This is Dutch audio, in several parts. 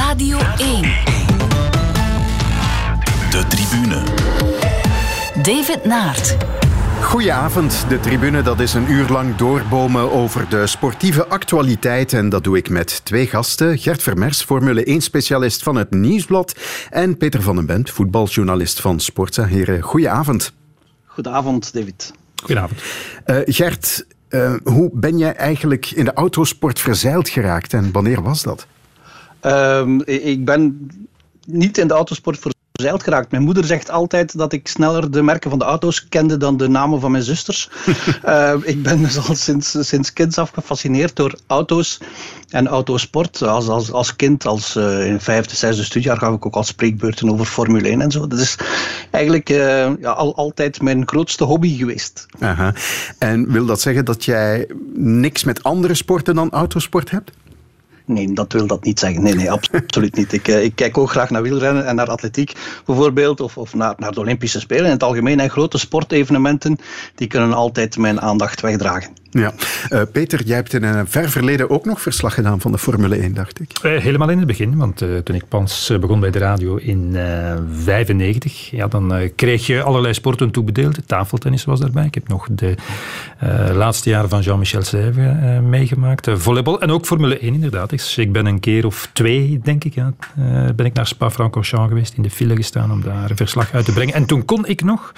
Radio 1. De Tribune. David Naert. Goedenavond, De Tribune. Dat is een uur lang doorbomen over de sportieve actualiteit. En dat doe ik met twee gasten. Gert Vermers, Formule 1-specialist van het Nieuwsblad. En Peter van den Bent, voetbaljournalist van Sportza. Heren, goedenavond. Goedenavond, David. Goedenavond. Gert, hoe ben jij eigenlijk in de autosport verzeild geraakt en wanneer was dat? Ik ben niet in de autosport verzeild geraakt. Mijn moeder zegt altijd dat ik sneller de merken van de auto's kende dan de namen van mijn zusters. Ik ben dus al sinds kinds af gefascineerd door auto's en autosport. Als kind, in 5e, 6e studiejaar gaf ik ook al spreekbeurten over Formule 1 en zo. Dat is eigenlijk altijd mijn grootste hobby geweest. Aha. En wil dat zeggen dat jij niks met andere sporten dan autosport hebt? Nee, dat wil dat niet zeggen. Nee, absoluut niet. Ik kijk ook graag naar wielrennen en naar atletiek bijvoorbeeld, of naar de Olympische Spelen in het algemeen. En grote sportevenementen, die kunnen altijd mijn aandacht wegdragen. Ja. Peter, jij hebt in een ver verleden ook nog verslag gedaan van de Formule 1, dacht ik. Helemaal in het begin, want toen ik pas begon bij de radio in 1995, dan kreeg je allerlei sporten toebedeeld. Tafeltennis was daarbij. Ik heb nog de laatste jaren van Jean-Michel Sèvres meegemaakt. Volleybal en ook Formule 1 inderdaad. Ik ben een keer of 2, denk ik, ben ik naar Spa-Francorchamps geweest, in de file gestaan om daar een verslag uit te brengen. En toen kon ik nog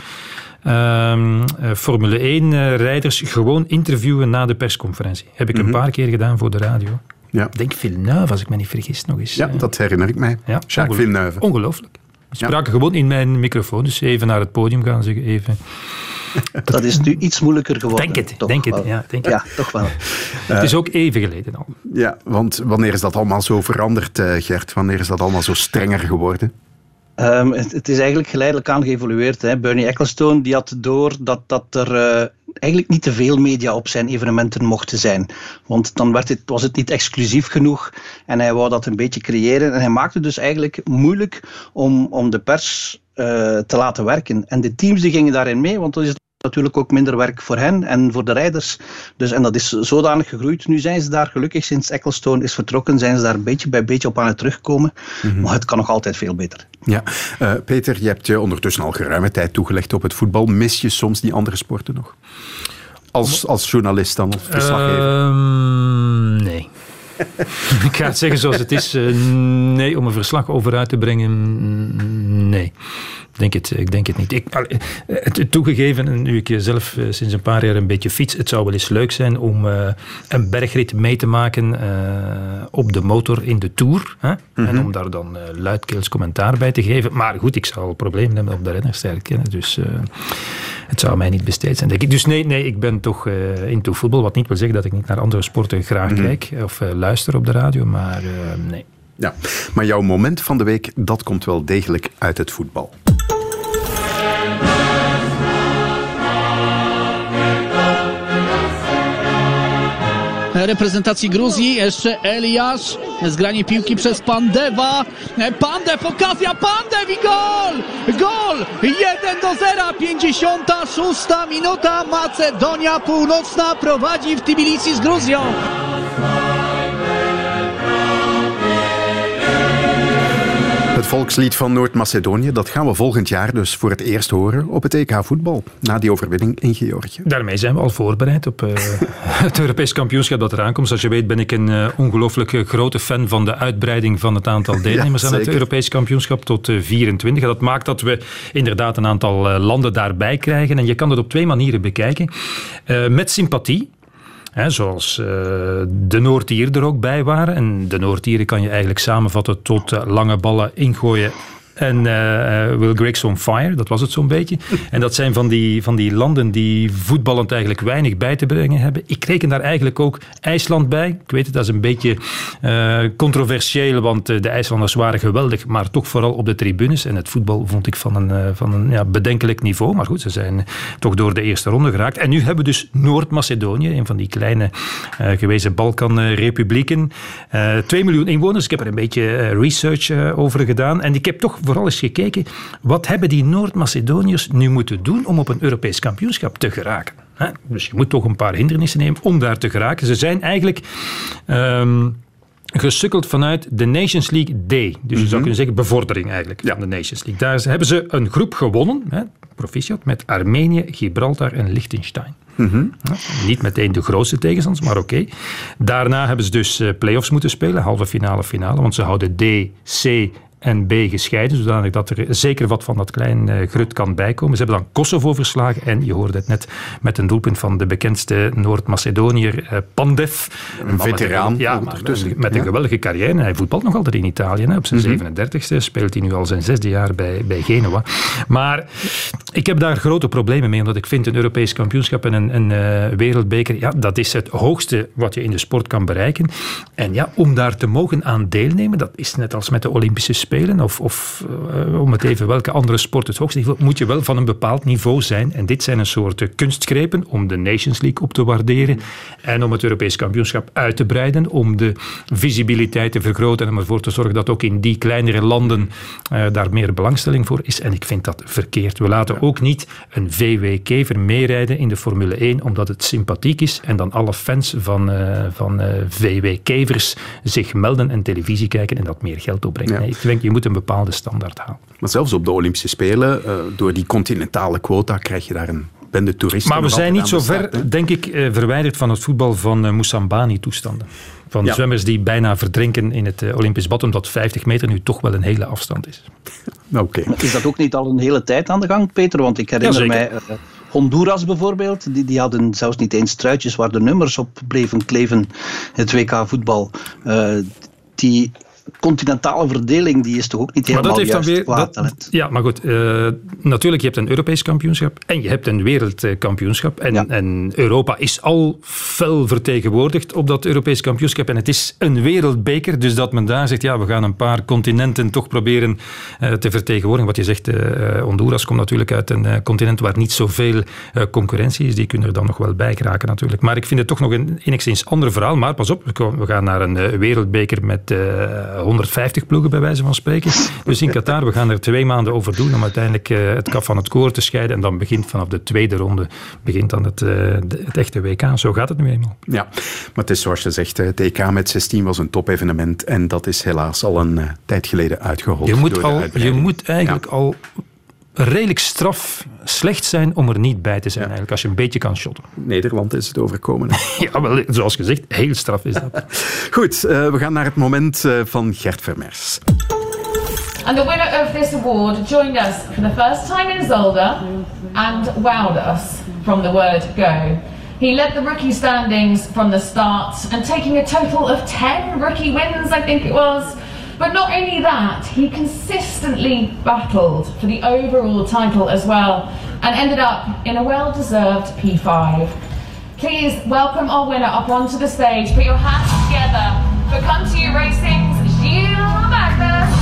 Formule 1-rijders gewoon interviewen na de persconferentie. Heb ik een paar keer gedaan voor de radio. Ja. Ik denk Villeneuve, als ik me niet vergis, nog eens. Ja, dat herinner ik mij. Ja, Jacques Villeneuve. Ongelooflijk. We spraken gewoon in mijn microfoon, dus even naar het podium gaan zeggen, even... Dat is nu iets moeilijker geworden. Denk het. Ja, toch wel. Het is ook even geleden al. Ja, want wanneer is dat allemaal zo veranderd, Gert? Wanneer is dat allemaal zo strenger geworden? Het is eigenlijk geleidelijk aan geëvolueerd. Hè. Bernie Ecclestone die had door dat er eigenlijk niet te veel media op zijn evenementen mochten zijn. Want dan was het niet exclusief genoeg en hij wou dat een beetje creëren. En hij maakte dus eigenlijk moeilijk om de pers te laten werken. En de teams die gingen daarin mee, want dat is natuurlijk ook minder werk voor hen en voor de rijders. En dat is zodanig gegroeid. Nu zijn ze daar gelukkig, sinds Ecclestone is vertrokken, zijn ze daar beetje bij beetje op aan het terugkomen. Mm-hmm. Maar het kan nog altijd veel beter. Ja, Peter, je hebt je ondertussen al geruime tijd toegelegd op het voetbal. Mis je soms die andere sporten nog? Als journalist dan, of verslaggever? Nee. Ik ga het zeggen zoals het is. Nee, om een verslag over uit te brengen, nee. Ik denk het niet. Toegegeven, nu ik zelf sinds een paar jaar een beetje fiets, het zou wel eens leuk zijn om een bergrit mee te maken op de motor in de Tour. Hè? Mm-hmm. En om daar dan luidkeels commentaar bij te geven. Maar goed, ik zou problemen hebben op de renners te herkennen. Dus het zou mij niet besteed zijn, denk ik. Dus nee, ik ben toch into voetbal. Wat niet wil zeggen dat ik niet naar andere sporten graag kijk of luister op de radio. Maar nee. Ja, maar jouw moment van de week, dat komt wel degelijk uit het voetbal. Reprezentacji Gruzji, jeszcze Eliasz, zgranie piłki przez Pandewa, Pandew, okazja, Pandew i gol! Gol! 1-0, 56 minuta, Macedonia Północna prowadzi w Tbilisi z Gruzją. Het volkslied van Noord-Macedonië, dat gaan we volgend jaar dus voor het eerst horen op het EK voetbal, na die overwinning in Georgië. Daarmee zijn we al voorbereid op het Europees kampioenschap dat eraan komt. Zoals je weet ben ik een ongelooflijk grote fan van de uitbreiding van het aantal deelnemers aan het Europees kampioenschap tot 24. Dat maakt dat we inderdaad een aantal landen daarbij krijgen. En je kan het op 2 manieren bekijken. Met sympathie. Zoals de Noord-Ieren er ook bij waren. En de Noord-Ieren kan je eigenlijk samenvatten tot lange ballen ingooien en Will Griggs on fire. Dat was het zo'n beetje. En dat zijn van die landen die voetballend eigenlijk weinig bij te brengen hebben. Ik reken daar eigenlijk ook IJsland bij. Ik weet het, dat is een beetje controversieel, want de IJslanders waren geweldig, maar toch vooral op de tribunes. En het voetbal vond ik van een bedenkelijk niveau. Maar goed, ze zijn toch door de eerste ronde geraakt. En nu hebben we dus Noord-Macedonië, een van die kleine gewezen Balkanrepublieken. 2 miljoen inwoners. Ik heb er een beetje research over gedaan. En ik heb toch vooral eens gekeken, wat hebben die Noord-Macedoniërs nu moeten doen om op een Europees kampioenschap te geraken? Dus je moet toch een paar hindernissen nemen om daar te geraken. Ze zijn eigenlijk gesukkeld vanuit de Nations League D. Dus je zou kunnen zeggen bevordering eigenlijk van de Nations League. Daar hebben ze een groep gewonnen, proficiat, met Armenië, Gibraltar en Liechtenstein. Niet meteen de grootste tegenstanders, maar oké. Daarna hebben ze dus play-offs moeten spelen, halve finale, want ze houden D, C en B gescheiden, zodanig dat er zeker wat van dat klein grut kan bijkomen. Ze hebben dan Kosovo verslagen en je hoorde het net met een doelpunt van de bekendste Noord-Macedoniër Pandev. Een veteraan. Met een geweldige carrière. Hij voetbalt nog altijd in Italië. Op zijn 37e speelt hij nu al zijn 6e jaar bij Genoa. Maar ik heb daar grote problemen mee, omdat ik vind een Europees kampioenschap en een wereldbeker, dat is het hoogste wat je in de sport kan bereiken. En om daar te mogen aan deelnemen, dat is net als met de Olympische Spelen, of om het even welke andere sport het hoogste niveau, moet je wel van een bepaald niveau zijn. En dit zijn een soort kunstgrepen om de Nations League op te waarderen en om het Europees kampioenschap uit te breiden, om de visibiliteit te vergroten en ervoor te zorgen dat ook in die kleinere landen daar meer belangstelling voor is. En ik vind dat verkeerd. We laten ook niet een VW Kever meerijden in de Formule 1 omdat het sympathiek is en dan alle fans van VW Kevers zich melden en televisie kijken en dat meer geld opbrengt. Nee, ik denk, je moet een bepaalde standaard halen. Maar zelfs op de Olympische Spelen, door die continentale quota, krijg je daar een bende toeristen. Maar we zijn niet zo ver, denk ik, verwijderd van het voetbal van Moussambani-toestanden. Van zwemmers die bijna verdrinken in het Olympisch bad, omdat 50 meter nu toch wel een hele afstand is. Okay. Is dat ook niet al een hele tijd aan de gang, Peter? Want ik herinner mij Honduras bijvoorbeeld. Die hadden zelfs niet eens truitjes waar de nummers op bleven kleven in het WK-voetbal. Die continentale verdeling die is toch ook niet helemaal juist qua talent. Ja, maar goed. Natuurlijk, je hebt een Europees kampioenschap en je hebt een wereldkampioenschap. En Europa is al fel vertegenwoordigd op dat Europees kampioenschap. En het is een wereldbeker, dus dat men daar zegt, we gaan een paar continenten toch proberen te vertegenwoordigen. Wat je zegt, Honduras komt natuurlijk uit een continent waar niet zoveel concurrentie is. Die kunnen er dan nog wel bij geraken natuurlijk. Maar ik vind het toch nog een enigszins ander verhaal. Maar pas op, we gaan naar een wereldbeker met 150 ploegen bij wijze van spreken. Dus in Qatar, we gaan er 2 maanden over doen om uiteindelijk het kaf van het koor te scheiden. En dan begint vanaf de tweede ronde dan het echte WK. Zo gaat het nu eenmaal. Ja, maar het is zoals je zegt, het EK met 16 was een topevenement en dat is helaas al een tijd geleden uitgehold. Je moet eigenlijk al redelijk slecht zijn om er niet bij te zijn, eigenlijk, als je een beetje kan shotten. Nederland is het overkomen. Ja, wel, zoals gezegd, heel straf is dat. Goed, we gaan naar het moment van Gert Vermers. And the winner of this award joined us for the first time in Zolder and wowed us from the word go. He led the rookie standings from the start and taking a total of 10 rookie wins, I think it was. But not only that, he consistently battled for the overall title as well and ended up in a well-deserved P5. Please welcome our winner up onto the stage. Put your hands together for Country Racing's Gilles Magnus.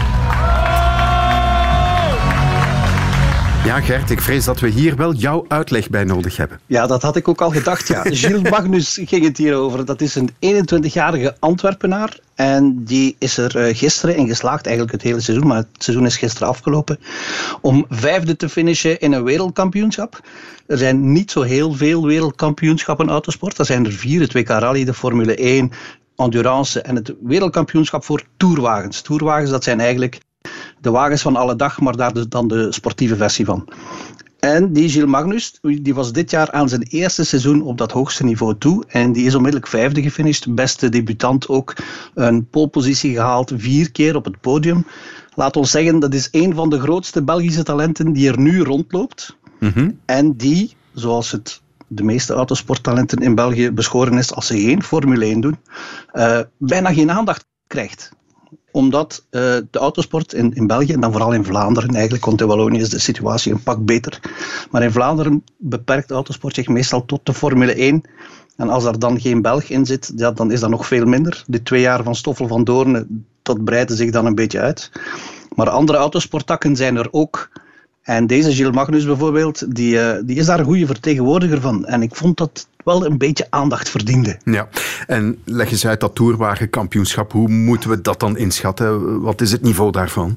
Ja, Gert, ik vrees dat we hier wel jouw uitleg bij nodig hebben. Ja, dat had ik ook al gedacht. Ja. Gilles Magnus ging het hier over. Dat is een 21-jarige Antwerpenaar. En die is er gisteren in geslaagd, eigenlijk het hele seizoen, maar het seizoen is gisteren afgelopen, om 5e te finishen in een wereldkampioenschap. Er zijn niet zo heel veel wereldkampioenschappen autosport. Er zijn er 4, het WK Rally, de Formule 1, Endurance en het wereldkampioenschap voor toerwagens. Toerwagens, dat zijn eigenlijk de wagens van alle dag, maar daar dan de sportieve versie van. En die Gilles Magnus, die was dit jaar aan zijn eerste seizoen op dat hoogste niveau toe. En die is onmiddellijk 5e gefinished. Beste debutant ook. Een polepositie gehaald, 4 keer op het podium. Laat ons zeggen, dat is een van de grootste Belgische talenten die er nu rondloopt. Mm-hmm. En die, zoals het de meeste autosporttalenten in België beschoren is als ze geen Formule 1 doen, bijna geen aandacht krijgt. Omdat de autosport in België, en dan vooral in Vlaanderen eigenlijk, want in Wallonië is de situatie een pak beter, maar in Vlaanderen beperkt autosport zich meestal tot de Formule 1. En als er dan geen Belg in zit, ja, dan is dat nog veel minder. De 2 jaar van Stoffel van Doorne, dat breidt zich dan een beetje uit. Maar andere autosporttakken zijn er ook. En deze Gilles Magnus bijvoorbeeld, die is daar een goede vertegenwoordiger van. En ik vond dat wel een beetje aandacht verdiende. Ja, en leg eens uit dat toerwagenkampioenschap. Hoe moeten we dat dan inschatten? Wat is het niveau daarvan?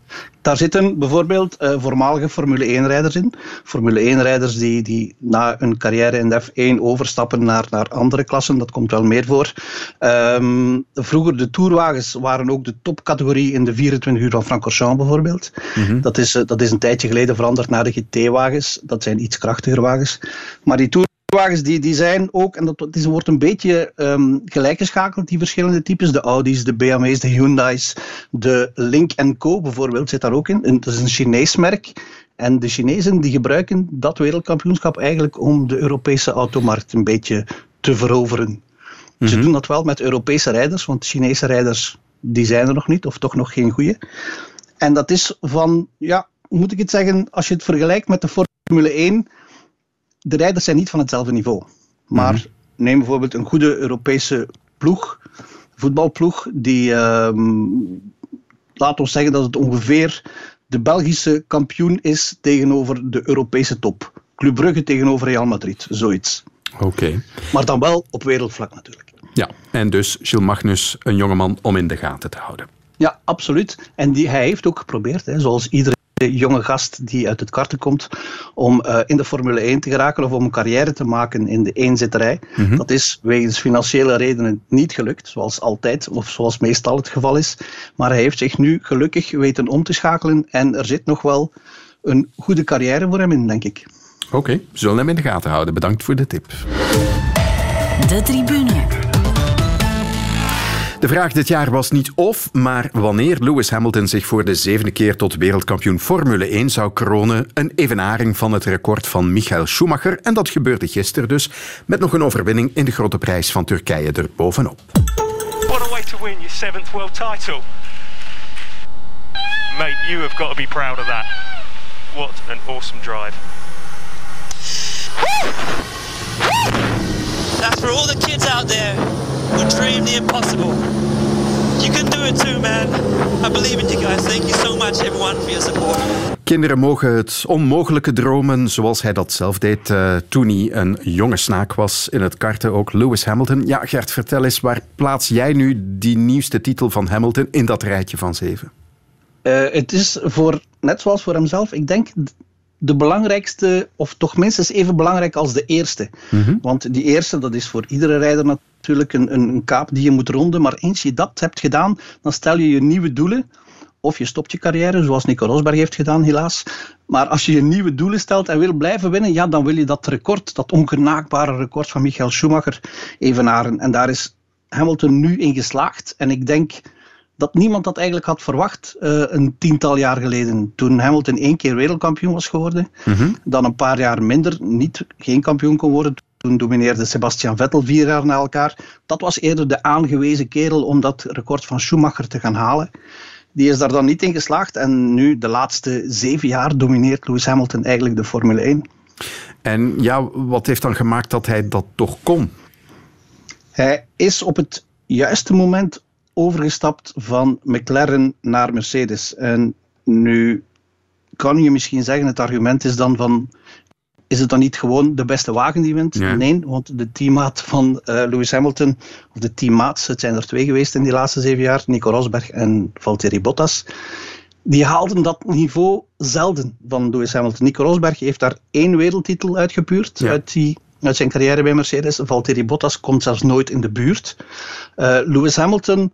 Daar zitten bijvoorbeeld voormalige Formule 1-rijders in. Formule 1-rijders die na hun carrière in de F1 overstappen naar andere klassen. Dat komt wel meer voor. Vroeger de tourwagens waren ook de topcategorie in de 24 uur van Francorchamps bijvoorbeeld. Mm-hmm. Dat is een tijdje geleden veranderd naar de GT-wagens. Dat zijn iets krachtiger wagens. Maar die tourwagens die zijn ook, en dat wordt een beetje gelijkgeschakeld, die verschillende types. De Audi's, de BMW's, de Hyundai's, de Lynk & Co bijvoorbeeld zit daar ook in. Dat is een Chinees merk. En de Chinezen die gebruiken dat wereldkampioenschap eigenlijk om de Europese automarkt een beetje te veroveren. Mm-hmm. Ze doen dat wel met Europese rijders, want Chinese rijders die zijn er nog niet, of toch nog geen goeie. En dat is van, ja, hoe moet ik het zeggen, als je het vergelijkt met de Formule 1, de rijders zijn niet van hetzelfde niveau. Maar neem bijvoorbeeld een goede Europese ploeg, voetbalploeg, die, laten we zeggen dat het ongeveer de Belgische kampioen is tegenover de Europese top. Club Brugge tegenover Real Madrid, zoiets. Oké. Maar dan wel op wereldvlak natuurlijk. Ja, en dus Gilles Magnus, een jongeman om in de gaten te houden. Ja, absoluut. En hij heeft ook geprobeerd, zoals iedere jonge gast die uit het karten komt, om in de Formule 1 te geraken of om een carrière te maken in de eenzitterij. Mm-hmm. Dat is wegens financiële redenen niet gelukt, zoals altijd, of zoals meestal het geval is. Maar hij heeft zich nu gelukkig weten om te schakelen en er zit nog wel een goede carrière voor hem in, denk ik. Oké, we zullen hem in de gaten houden. Bedankt voor de tip. De tribune. De vraag dit jaar was niet of, maar wanneer Lewis Hamilton zich voor de 7e keer tot wereldkampioen Formule 1 zou kronen. Een evenaring van het record van Michael Schumacher. En dat gebeurde gisteren dus, met nog een overwinning in de Grote Prijs van Turkije er bovenop. What a way to win your 7th world title. Mate, you have got to be proud of that. What an awesome drive. That's for all the kids out there who dream the impossible. You can do it too, man. I believe in you guys. Thank you so much, everyone, for your support. Kinderen mogen het onmogelijke dromen, zoals hij dat zelf deed toen hij een jonge snaak was in het karten, ook Lewis Hamilton. Ja, Gert, vertel eens, waar plaats jij nu die nieuwste titel van Hamilton in dat rijtje van 7? Het is net zoals voor hemzelf, ik denk de belangrijkste, of toch minstens even belangrijk als de eerste. Mm-hmm. Want die eerste, dat is voor iedere rijder natuurlijk een kaap die je moet ronden. Maar eens je dat hebt gedaan, dan stel je je nieuwe doelen. Of je stopt je carrière, zoals Nico Rosberg heeft gedaan, helaas. Maar als je je nieuwe doelen stelt en wil blijven winnen, ja, dan wil je dat record, dat ongenaakbare record van Michael Schumacher evenaren. En daar is Hamilton nu in geslaagd. En ik denk dat niemand dat eigenlijk had verwacht een 10-tal jaar geleden. Toen Hamilton 1 keer wereldkampioen was geworden, dan een paar jaar minder geen kampioen kon worden. Toen domineerde Sebastian Vettel 4 jaar na elkaar. Dat was eerder de aangewezen kerel om dat record van Schumacher te gaan halen. Die is daar dan niet in geslaagd en nu de laatste 7 jaar domineert Lewis Hamilton eigenlijk de Formule 1. En ja, wat heeft dan gemaakt dat hij dat toch kon? Hij is op het juiste moment overgestapt van McLaren naar Mercedes. En nu kan je misschien zeggen, het argument is dan van, is het dan niet gewoon de beste wagen die wint? Ja. Nee, want de teammaat van Lewis Hamilton, of de teammaats, het zijn er 2 geweest in die laatste 7 jaar, Nico Rosberg en Valtteri Bottas, die haalden dat niveau zelden van Lewis Hamilton. Nico Rosberg heeft daar 1 wereldtitel uitgepuurd uit zijn carrière bij Mercedes. Valtteri Bottas komt zelfs nooit in de buurt. Lewis Hamilton,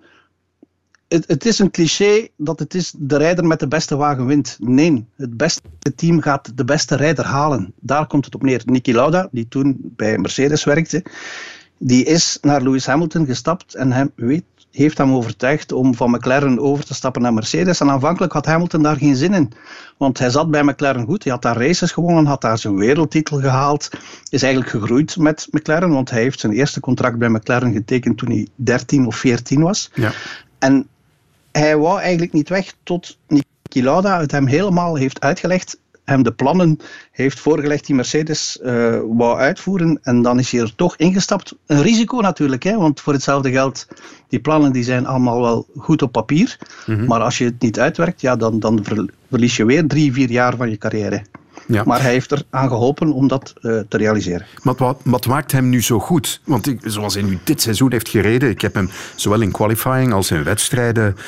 het is een cliché dat het is de rijder met de beste wagen wint. Nee, het beste team gaat de beste rijder halen. Daar komt het op neer. Niki Lauda, die toen bij Mercedes werkte, die is naar Lewis Hamilton gestapt en heeft hem overtuigd om van McLaren over te stappen naar Mercedes. En aanvankelijk had Hamilton daar geen zin in. Want hij zat bij McLaren goed. Hij had daar races gewonnen, had daar zijn wereldtitel gehaald. Is eigenlijk gegroeid met McLaren, want hij heeft zijn eerste contract bij McLaren getekend toen hij 13 of 14 was. Ja. En hij wou eigenlijk niet weg tot Niki Lauda het hem helemaal heeft uitgelegd, hem de plannen heeft voorgelegd die Mercedes wou uitvoeren. En dan is hij er toch ingestapt. Een risico natuurlijk, want voor hetzelfde geld, die plannen die zijn allemaal wel goed op papier. Mm-hmm. Maar als je het niet uitwerkt, ja, dan verlies je weer 3-4 jaar van je carrière. Ja. Maar hij heeft eraan geholpen om dat te realiseren. Maar wat maakt hem nu zo goed? Want zoals hij nu dit seizoen heeft gereden, ik heb hem zowel in qualifying als in wedstrijden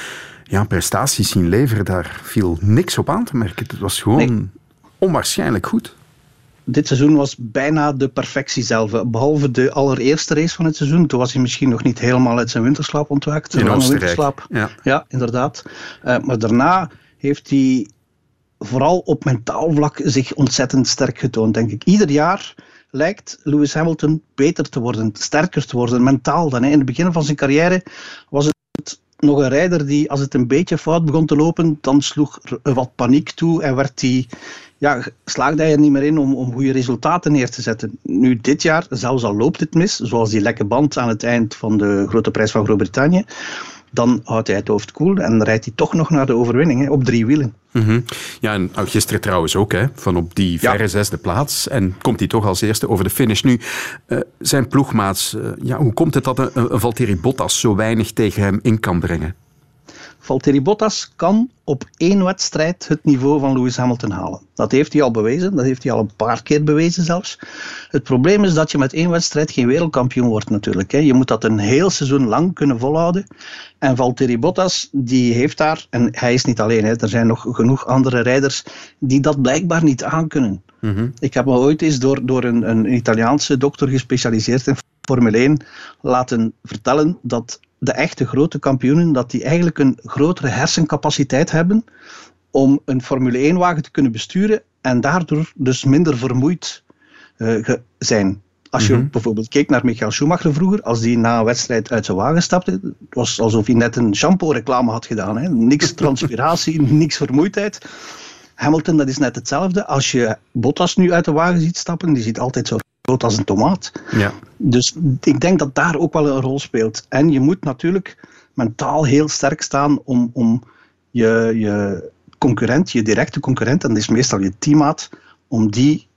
prestaties zien leveren, daar viel niks op aan te merken. Het was gewoon onwaarschijnlijk goed. Dit seizoen was bijna de perfectie zelf. Behalve de allereerste race van het seizoen. Toen was hij misschien nog niet helemaal uit zijn winterslaap ontwaakt. In Oostenrijk. Ja, inderdaad. Maar daarna heeft hij vooral op mentaal vlak zich ontzettend sterk getoond, denk ik. Ieder jaar lijkt Lewis Hamilton beter te worden, sterker te worden, mentaal dan. In het begin van zijn carrière was het nog een rijder die, als het een beetje fout begon te lopen, dan sloeg er wat paniek toe en werd hij... slaagde hij er niet meer in om goede resultaten neer te zetten. Nu, dit jaar, zelfs al loopt het mis, zoals die lekke band aan het eind van de Grote Prijs van Groot-Brittannië, dan houdt hij het hoofd koel en rijdt hij toch nog naar de overwinning, op 3 wielen. Mm-hmm. Ja, en gisteren trouwens ook, van op die verre 6e plaats. En komt hij toch als eerste over de finish. Nu, zijn ploegmaats, hoe komt het dat een Valtteri Bottas zo weinig tegen hem in kan brengen? Valtteri Bottas kan op 1 wedstrijd het niveau van Lewis Hamilton halen. Dat heeft hij al bewezen, dat heeft hij al een paar keer bewezen zelfs. Het probleem is dat je met 1 wedstrijd geen wereldkampioen wordt natuurlijk. Je moet dat een heel seizoen lang kunnen volhouden. En Valtteri Bottas, die heeft daar, en hij is niet alleen, er zijn nog genoeg andere rijders die dat blijkbaar niet aankunnen. Mm-hmm. Ik heb me ooit eens door een Italiaanse dokter gespecialiseerd in Formule 1 laten vertellen dat de echte grote kampioenen, dat die eigenlijk een grotere hersencapaciteit hebben om een Formule 1-wagen te kunnen besturen en daardoor dus minder vermoeid zijn. Als je bijvoorbeeld keek naar Michael Schumacher vroeger, als die na een wedstrijd uit zijn wagen stapte, het was alsof hij net een shampoo-reclame had gedaan. Niks transpiratie, niks vermoeidheid. Hamilton, dat is net hetzelfde. Als je Bottas nu uit de wagen ziet stappen, die ziet altijd zo groot als een tomaat. Ja. Dus ik denk dat daar ook wel een rol speelt. En je moet natuurlijk mentaal heel sterk staan om je concurrent, je directe concurrent, en dat is meestal je teammaat, om die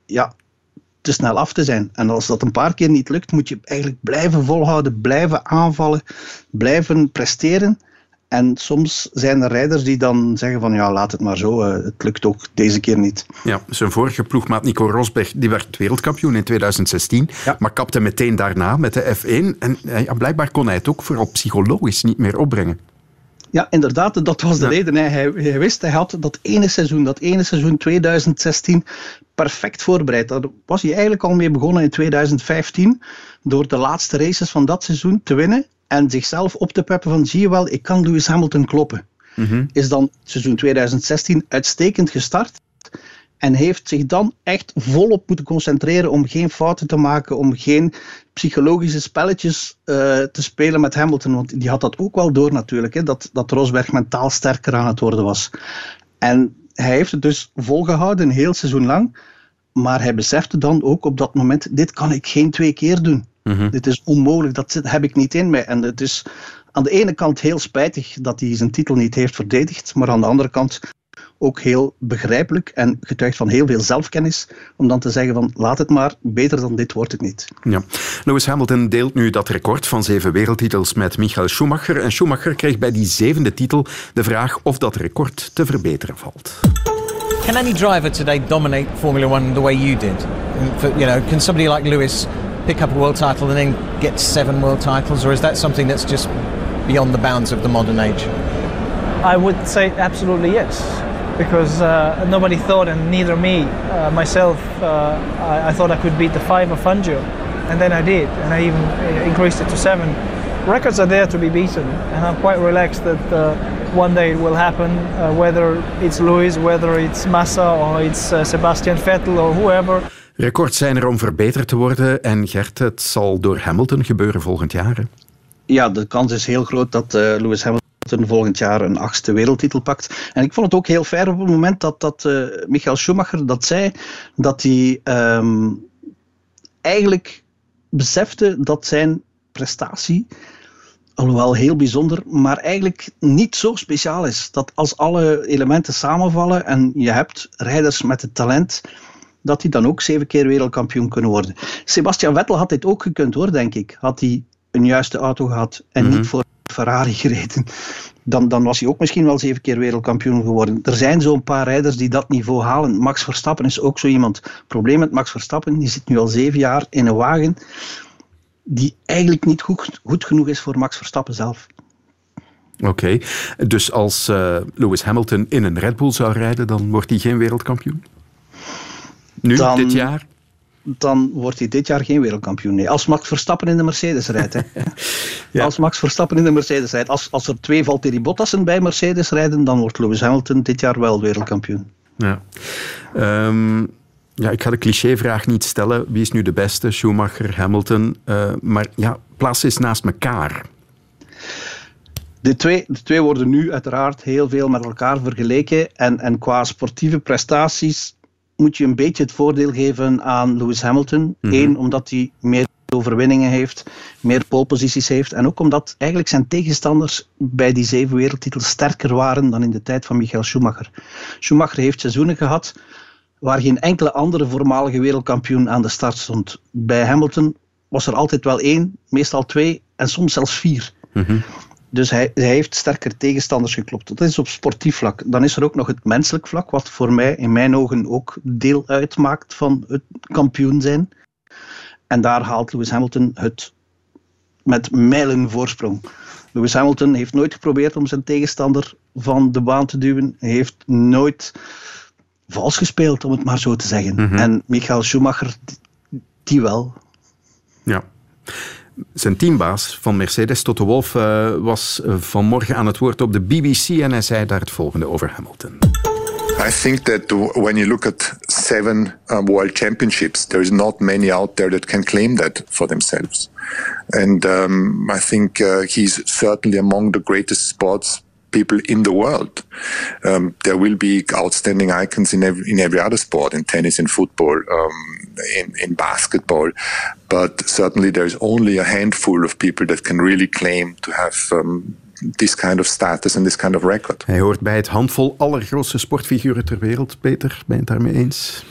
te snel af te zijn. En als dat een paar keer niet lukt, moet je eigenlijk blijven volhouden, blijven aanvallen, blijven presteren. En soms zijn er rijders die dan zeggen van laat het maar zo, het lukt ook deze keer niet. Ja, zijn vorige ploegmaat Nico Rosberg, die werd wereldkampioen in 2016, maar kapte meteen daarna met de F1. En blijkbaar kon hij het ook vooral psychologisch niet meer opbrengen. Ja, inderdaad, dat was de reden. Hij wist, hij had dat ene seizoen 2016 perfect voorbereid. Daar was hij eigenlijk al mee begonnen in 2015, door de laatste races van dat seizoen te winnen en zichzelf op te peppen van, zie je wel, ik kan Lewis Hamilton kloppen. Mm-hmm. Is dan seizoen 2016 uitstekend gestart en heeft zich dan echt volop moeten concentreren om geen fouten te maken, om geen psychologische spelletjes te spelen met Hamilton, want die had dat ook wel door natuurlijk, dat Rosberg mentaal sterker aan het worden was. En hij heeft het dus volgehouden een heel seizoen lang, maar hij besefte dan ook op dat moment, dit kan ik geen 2 keer doen. Mm-hmm. Dit is onmogelijk, dat heb ik niet in mij. En het is aan de ene kant heel spijtig dat hij zijn titel niet heeft verdedigd, maar aan de andere kant ook heel begrijpelijk en getuigt van heel veel zelfkennis om dan te zeggen van laat het maar, beter dan dit wordt het niet. Ja. Lewis Hamilton deelt nu dat record van 7 wereldtitels met Michael Schumacher en Schumacher kreeg bij die 7e titel de vraag of dat record te verbeteren valt. Can any driver today dominate Formula One the way you did? Can somebody like Lewis pick up a world title and then get 7 world titles, or is that something that's just beyond the bounds of the modern age? I would say absolutely yes, because nobody thought, and neither me, myself, I thought I could beat the 5 of Fangio, and then I did, and I even increased it to 7. Records are there to be beaten, and I'm quite relaxed that one day it will happen, whether it's Lewis, whether it's Massa, or it's Sebastian Vettel, or whoever. Records zijn er om verbeterd te worden en Gert, het zal door Hamilton gebeuren volgend jaar. Hè? Ja, de kans is heel groot dat Lewis Hamilton volgend jaar een 8e wereldtitel pakt. En ik vond het ook heel fair op het moment dat Michael Schumacher dat zei, dat hij eigenlijk besefte dat zijn prestatie, alhoewel heel bijzonder, maar eigenlijk niet zo speciaal is. Dat als alle elementen samenvallen en je hebt rijders met het talent, dat die dan ook 7 keer wereldkampioen kunnen worden. Sebastian Vettel had dit ook gekund hoor, denk ik. Had hij een juiste auto gehad en niet voor Ferrari gereden, dan was hij ook misschien wel 7 keer wereldkampioen geworden. Er zijn zo'n paar rijders die dat niveau halen. Max Verstappen is ook zo iemand. Het probleem met Max Verstappen, die zit nu al 7 jaar in een wagen die eigenlijk niet goed genoeg is voor Max Verstappen zelf. Oké. Dus als Lewis Hamilton in een Red Bull zou rijden, dan wordt hij geen wereldkampioen? Dit jaar? Dan wordt hij dit jaar geen wereldkampioen. Nee. Als Max Verstappen in de Mercedes rijdt. Hè. Ja. Als Max Verstappen in de Mercedes rijdt. Als er 2 Valtteri Bottassen bij Mercedes rijden, dan wordt Lewis Hamilton dit jaar wel wereldkampioen. Ja. Ik ga de clichévraag niet stellen. Wie is nu de beste? Schumacher, Hamilton. Maar ja, plaats is naast elkaar. De twee worden nu uiteraard heel veel met elkaar vergeleken. En qua sportieve prestaties moet je een beetje het voordeel geven aan Lewis Hamilton. Eén, omdat hij meer overwinningen heeft, meer poleposities heeft. En ook omdat eigenlijk zijn tegenstanders bij die 7 wereldtitels sterker waren dan in de tijd van Michael Schumacher. Schumacher heeft seizoenen gehad waar geen enkele andere voormalige wereldkampioen aan de start stond. Bij Hamilton was er altijd wel 1, meestal 2 en soms zelfs 4. Dus hij heeft sterker tegenstanders geklopt. Dat is op sportief vlak. Dan is er ook nog het menselijk vlak, wat voor mij in mijn ogen ook deel uitmaakt van het kampioen zijn. En daar haalt Lewis Hamilton het met mijlen voorsprong. Lewis Hamilton heeft nooit geprobeerd om zijn tegenstander van de baan te duwen. Hij heeft nooit vals gespeeld, om het maar zo te zeggen. En Michael Schumacher, die wel. Ja. Zijn teambaas van Mercedes, Toto Wolff, was vanmorgen aan het woord op de BBC en hij zei daar het volgende over Hamilton. I think that when you look at 7 world championships, there is not many out there that can claim that for themselves. And I think he's certainly among the greatest sports people in the world. There will be outstanding icons in every other sport, in tennis, in football, in basketball, but certainly there's only a handful of people that can really claim to have this kind of status and this kind of record. Hij hoort bij het handvol allergrootste sportfiguren ter wereld. Peter, ben je het daarmee eens?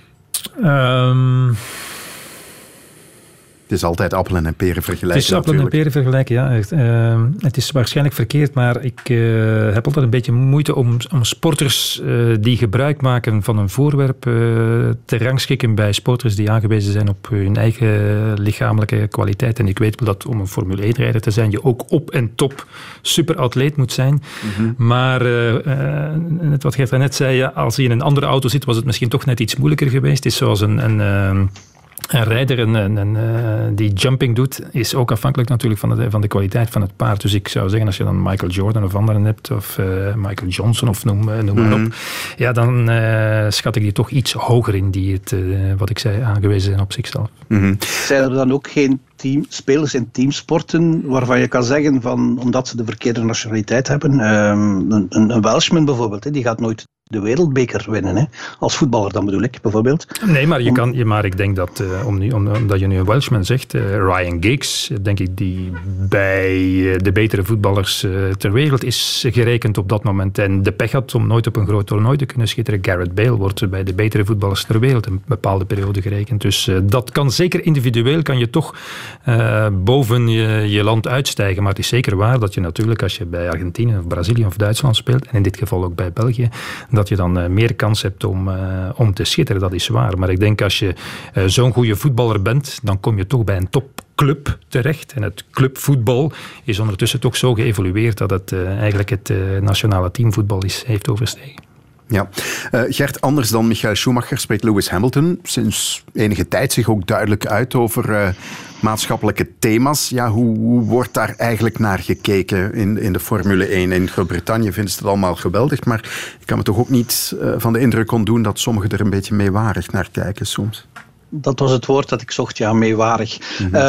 Het is altijd appelen en peren vergelijken. Het is appelen en peren vergelijken, ja. Het is waarschijnlijk verkeerd, maar ik heb altijd een beetje moeite om sporters die gebruik maken van een voorwerp te rangschikken bij sporters die aangewezen zijn op hun eigen lichamelijke kwaliteit. En ik weet wel dat om een Formule 1-rijder te zijn, je ook op en top superatleet moet zijn. Maar net wat Gert net zei, als hij in een andere auto zit, was het misschien toch net iets moeilijker geweest. Het is zoals een rijder die jumping doet, is ook afhankelijk natuurlijk van de kwaliteit van het paard. Dus ik zou zeggen, als je dan Michael Jordan of anderen hebt, of Michael Johnson of noem maar op, ja, dan schat ik die toch iets hoger in die het, wat ik zei, aangewezen zijn op zichzelf. Zijn er dan ook geen spelers in teamsporten waarvan je kan zeggen, van, omdat ze de verkeerde nationaliteit hebben, een Welshman bijvoorbeeld, die gaat nooit de wereldbeker winnen, hè? Als voetballer dan bedoel ik, bijvoorbeeld. Nee, maar maar ik denk dat, omdat je nu een Welshman zegt, Ryan Giggs, denk ik, die bij de betere voetballers ter wereld is gerekend op dat moment en de pech had om nooit op een groot toernooi te kunnen schitteren. Gareth Bale wordt bij de betere voetballers ter wereld een bepaalde periode gerekend. Dus dat kan zeker individueel, kan je toch boven je land uitstijgen. Maar het is zeker waar dat je natuurlijk, als je bij Argentinië of Brazilië of Duitsland speelt, en in dit geval ook bij België, dat je dan meer kans hebt om te schitteren, dat is waar. Maar ik denk als je zo'n goede voetballer bent, dan kom je toch bij een topclub terecht. En het clubvoetbal is ondertussen toch zo geëvolueerd dat het eigenlijk het nationale teamvoetbal heeft overstegen. Ja. Gert, anders dan Michael Schumacher spreekt Lewis Hamilton sinds enige tijd zich ook duidelijk uit over maatschappelijke thema's. Ja, hoe wordt daar eigenlijk naar gekeken in de Formule 1? In Groot-Brittannië vinden ze het allemaal geweldig, maar ik kan me toch ook niet van de indruk ontdoen dat sommigen er een beetje meewarig naar kijken soms. Dat was het woord dat ik zocht, ja, meewarig.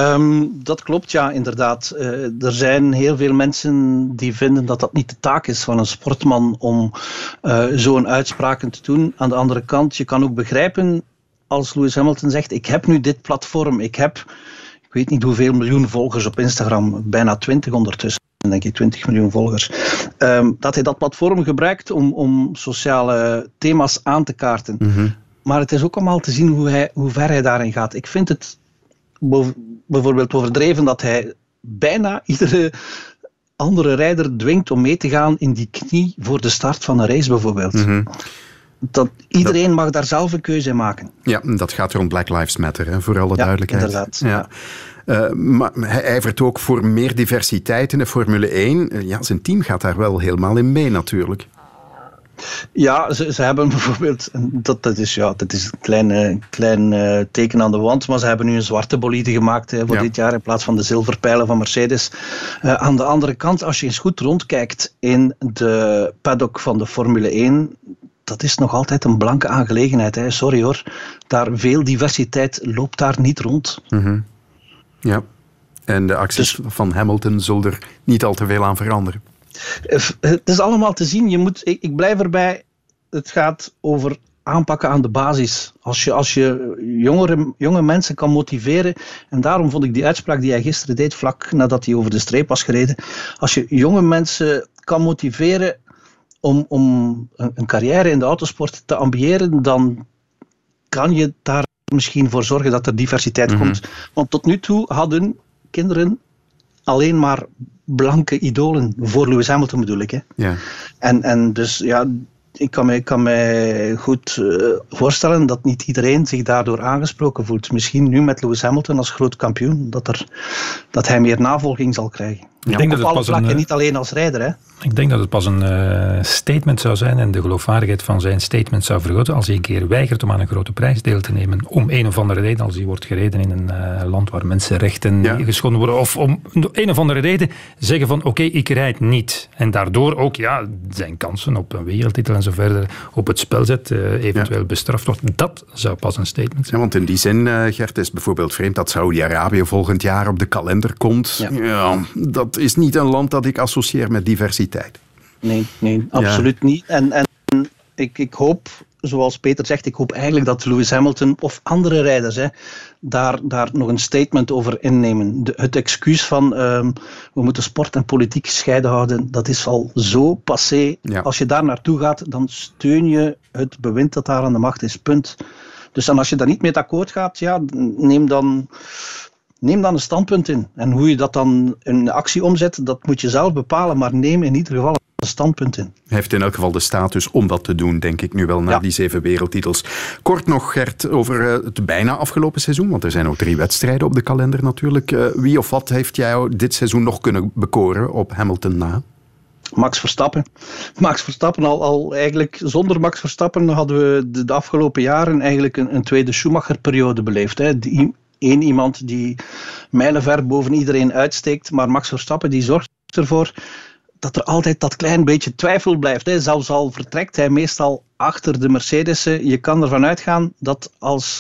Dat klopt, ja, inderdaad. Er zijn heel veel mensen die vinden dat dat niet de taak is van een sportman om zo'n uitspraken te doen. Aan de andere kant, je kan ook begrijpen als Lewis Hamilton zegt, ik heb nu dit platform, ik weet niet hoeveel miljoen volgers op Instagram, bijna 20 ondertussen. Denk ik 20 miljoen volgers. Dat hij dat platform gebruikt om sociale thema's aan te kaarten. Maar het is ook allemaal te zien hoe ver hij daarin gaat. Ik vind het bijvoorbeeld overdreven dat hij bijna iedere andere rijder dwingt om mee te gaan in die knie voor de start van een race bijvoorbeeld. Dat iedereen mag daar zelf een keuze in maken. Ja, dat gaat rond Black Lives Matter, hè, voor alle duidelijkheid. Inderdaad. Ja. Maar hij ijvert ook voor meer diversiteit in de Formule 1. Zijn team gaat daar wel helemaal in mee natuurlijk. Ja, ze hebben bijvoorbeeld, dat is een klein teken aan de wand, maar ze hebben nu een zwarte bolide gemaakt voor dit jaar in plaats van de zilverpijlen van Mercedes. Aan de andere kant, als je eens goed rondkijkt in de paddock van de Formule 1, dat is nog altijd een blanke aangelegenheid. Hè. Sorry hoor, daar veel diversiteit loopt daar niet rond. Mm-hmm. Ja, en de acties van Hamilton zullen er niet al te veel aan veranderen. Het is allemaal te zien. Ik blijf erbij. Het gaat over aanpakken aan de basis. Als je jonge mensen kan motiveren, en daarom vond ik die uitspraak die hij gisteren deed, vlak nadat hij over de streep was gereden, als je jonge mensen kan motiveren om een carrière in de autosport te ambiëren, dan kan je daar misschien voor zorgen dat er diversiteit komt. Want tot nu toe hadden kinderen alleen maar blanke idolen, voor Lewis Hamilton bedoel ik. Hè. Ja. En dus ik kan mij goed voorstellen dat niet iedereen zich daardoor aangesproken voelt. Misschien nu met Lewis Hamilton als groot kampioen, dat hij meer navolging zal krijgen. Ik denk op alle vlakken, niet alleen als rijder. Hè. Ik denk dat het pas een statement zou zijn en de geloofwaardigheid van zijn statement zou vergroten als hij een keer weigert om aan een grote prijs deel te nemen. Om een of andere reden, als hij wordt gereden in een land waar mensenrechten geschonden worden. Of om een of andere reden zeggen van oké, ik rijd niet. En daardoor ook zijn kansen op een wereldtitel en zo verder op het spel zet, eventueel bestraft wordt. Dat zou pas een statement zijn. Ja, want in die zin, Gert, is bijvoorbeeld vreemd dat Saudi-Arabië volgend jaar op de kalender komt. Ja, dat is niet een land dat ik associeer met diversiteit. Nee, absoluut niet. En ik hoop, zoals Peter zegt, ik hoop eigenlijk dat Lewis Hamilton of andere rijders daar nog een statement over innemen. Het excuus van we moeten sport en politiek gescheiden houden, dat is al zo passé. Ja. Als je daar naartoe gaat, dan steun je het bewind dat daar aan de macht is. Punt. Dus als je daar niet mee akkoord gaat, neem dan een standpunt in. En hoe je dat dan in actie omzet, dat moet je zelf bepalen, maar neem in ieder geval een standpunt in. Hij heeft in elk geval de status om dat te doen, denk ik nu wel, na die 7 wereldtitels. Kort nog, Gert, over het bijna afgelopen seizoen, want er zijn ook 3 wedstrijden op de kalender natuurlijk. Wie of wat heeft jou dit seizoen nog kunnen bekoren op Hamilton na? Max Verstappen. Max Verstappen, al eigenlijk zonder Max Verstappen hadden we de afgelopen jaren eigenlijk een tweede Schumacher-periode beleefd. Hè. Eén iemand die mijlenver boven iedereen uitsteekt, maar Max Verstappen die zorgt ervoor dat er altijd dat klein beetje twijfel blijft. Hè. Zelfs al vertrekt hij meestal achter de Mercedes'en, je kan ervan uitgaan dat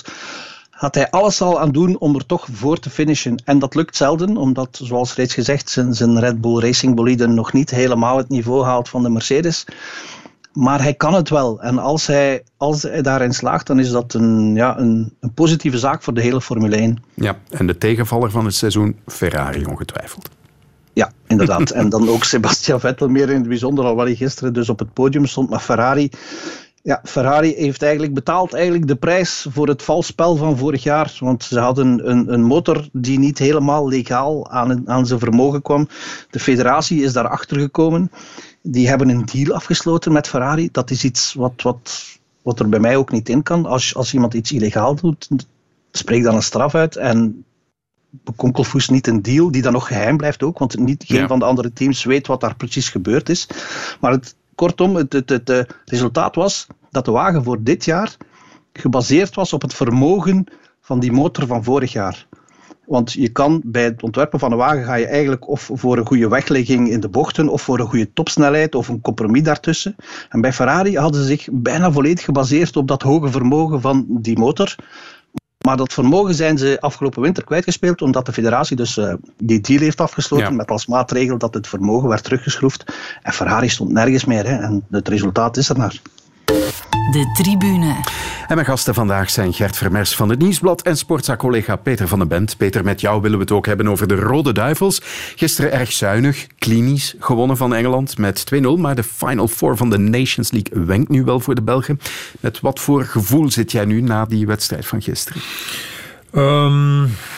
had hij alles al aan doen om er toch voor te finishen. En dat lukt zelden, omdat, zoals reeds gezegd, zijn Red Bull Racing bolide nog niet helemaal het niveau haalt van de Mercedes. Maar hij kan het wel. En als hij daarin slaagt, dan is dat een positieve zaak voor de hele Formule 1. Ja, en de tegenvaller van het seizoen, Ferrari ongetwijfeld. Ja, inderdaad. En dan ook Sebastian Vettel meer in het bijzonder, alhoewel hij gisteren dus op het podium stond. Maar Ferrari heeft eigenlijk betaald de prijs voor het vals spel van vorig jaar. Want ze hadden een motor die niet helemaal legaal aan zijn vermogen kwam. De federatie is daarachter gekomen. Die hebben een deal afgesloten met Ferrari. Dat is iets wat er bij mij ook niet in kan. Als iemand iets illegaal doet, spreek dan een straf uit en bekonkelvoes niet een deal die dan nog geheim blijft ook, want geen van de andere teams weet wat daar precies gebeurd is. Maar kortom, het resultaat was dat de wagen voor dit jaar gebaseerd was op het vermogen van die motor van vorig jaar. Want je kan bij het ontwerpen van een wagen ga je eigenlijk of voor een goede wegligging in de bochten of voor een goede topsnelheid of een compromis daartussen. En bij Ferrari hadden ze zich bijna volledig gebaseerd op dat hoge vermogen van die motor. Maar dat vermogen zijn ze afgelopen winter kwijtgespeeld, omdat de federatie dus die deal heeft afgesloten met als maatregel dat het vermogen werd teruggeschroefd. En Ferrari stond nergens meer. Hè. En het resultaat is er naar. De tribune. En mijn gasten vandaag zijn Gert Vermers van het Nieuwsblad en sportzaak-collega Peter van den Bent. Peter, met jou willen we het ook hebben over de Rode Duivels. Gisteren erg zuinig, klinisch gewonnen van Engeland met 2-0. Maar de Final Four van de Nations League wenkt nu wel voor de Belgen. Met wat voor gevoel zit jij nu na die wedstrijd van gisteren?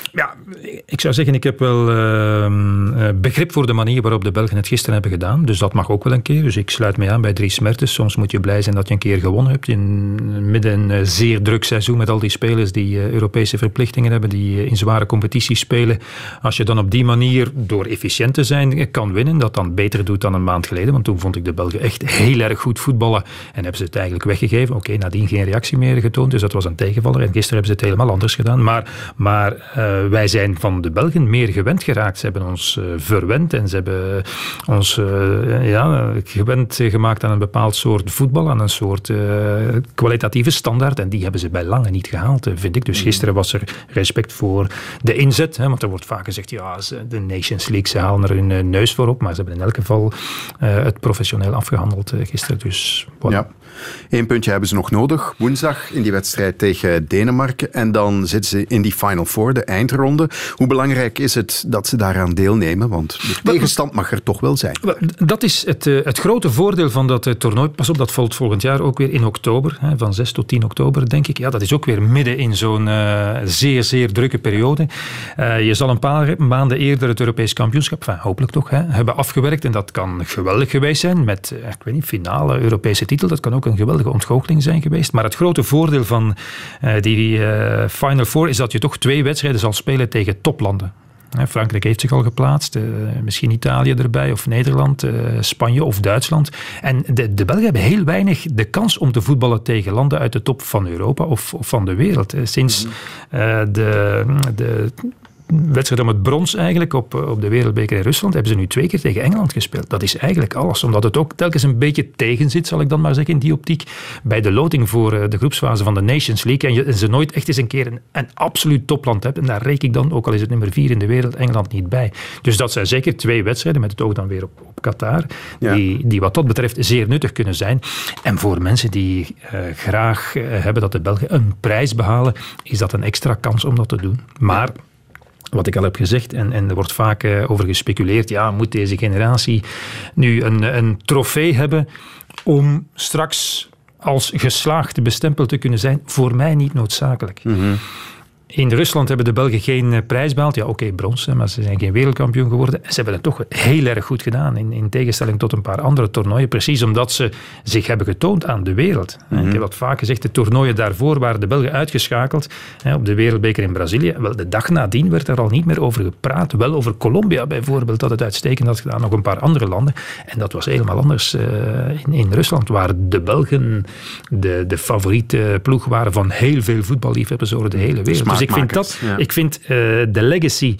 Ja, ik zou zeggen, ik heb wel begrip voor de manier waarop de Belgen het gisteren hebben gedaan. Dus dat mag ook wel een keer. Dus ik sluit mij aan bij Dries Mertens. Soms moet je blij zijn dat je een keer gewonnen hebt. Midden een zeer druk seizoen met al die spelers die Europese verplichtingen hebben, die in zware competities spelen. Als je dan op die manier, door efficiënt te zijn, kan winnen, dat dan beter doet dan een maand geleden. Want toen vond ik de Belgen echt heel erg goed voetballen en hebben ze het eigenlijk weggegeven. Oké, nadien geen reactie meer getoond, dus dat was een tegenvaller. En gisteren hebben ze het helemaal anders gedaan. Maar wij zijn van de Belgen meer gewend geraakt. Ze hebben ons verwend en ze hebben ons gewend gemaakt aan een bepaald soort voetbal, aan een soort kwalitatieve standaard. En die hebben ze bij lange niet gehaald, vind ik. Dus gisteren was er respect voor de inzet. Want er wordt vaak gezegd, ja, de Nations League, ze halen er hun neus voor op. Maar ze hebben in elk geval het professioneel afgehandeld gisteren. Dus, voilà. Ja. 1 puntje hebben ze nog nodig. Woensdag in die wedstrijd tegen Denemarken. En dan zitten ze in die Final Four, de eindronde. Hoe belangrijk is het dat ze daaraan deelnemen? Want de tegenstand mag er toch wel zijn. Dat is het grote voordeel van dat toernooi. Pas op, dat valt volgend jaar ook weer in oktober. Van 6 tot 10 oktober, denk ik. Ja, dat is ook weer midden in zo'n zeer, zeer drukke periode. Je zal een paar maanden eerder het Europees kampioenschap, hopelijk toch, hebben afgewerkt. En dat kan geweldig geweest zijn met, ik weet niet, finale Europese titel. Dat kan ook een geweldige ontgoocheling zijn geweest. Maar het grote voordeel van die Final Four is dat je toch 2 wedstrijden zal spelen tegen toplanden. Frankrijk heeft zich al geplaatst, misschien Italië erbij of Nederland, Spanje of Duitsland. En de Belgen hebben heel weinig de kans om te voetballen tegen landen uit de top van Europa of van de wereld. Sinds de wedstrijd om het brons eigenlijk op de Wereldbeker in Rusland hebben ze nu 2 keer tegen Engeland gespeeld. Dat is eigenlijk alles, omdat het ook telkens een beetje tegenzit, zal ik dan maar zeggen, in die optiek, bij de loting voor de groepsfase van de Nations League. En ze nooit echt eens een keer een absoluut topland hebben. En daar reken ik dan, ook al is het nummer 4 in de wereld, Engeland niet bij. Dus dat zijn zeker 2 wedstrijden, met het oog dan weer op Qatar, die wat dat betreft zeer nuttig kunnen zijn. En voor mensen die graag hebben dat de Belgen een prijs behalen, is dat een extra kans om dat te doen. Maar wat ik al heb gezegd, en er wordt vaak over gespeculeerd, ja, moet deze generatie nu een trofee hebben om straks als geslaagd bestempeld te kunnen zijn? Voor mij niet noodzakelijk. Mm-hmm. In Rusland hebben de Belgen geen prijs behaald. Ja, oké, brons, maar ze zijn geen wereldkampioen geworden. Ze hebben het toch heel erg goed gedaan, in tegenstelling tot een paar andere toernooien. Precies omdat ze zich hebben getoond aan de wereld. Mm-hmm. Ik heb wat vaak gezegd, de toernooien daarvoor waren de Belgen uitgeschakeld. Op de Wereldbeker in Brazilië. Wel, de dag nadien werd er al niet meer over gepraat. Wel over Colombia bijvoorbeeld, dat het uitstekend had gedaan. Nog een paar andere landen. En dat was helemaal anders in Rusland, waar de Belgen de favoriete ploeg waren van heel veel voetballiefhebbers over de hele wereld. Dus ik vind de legacy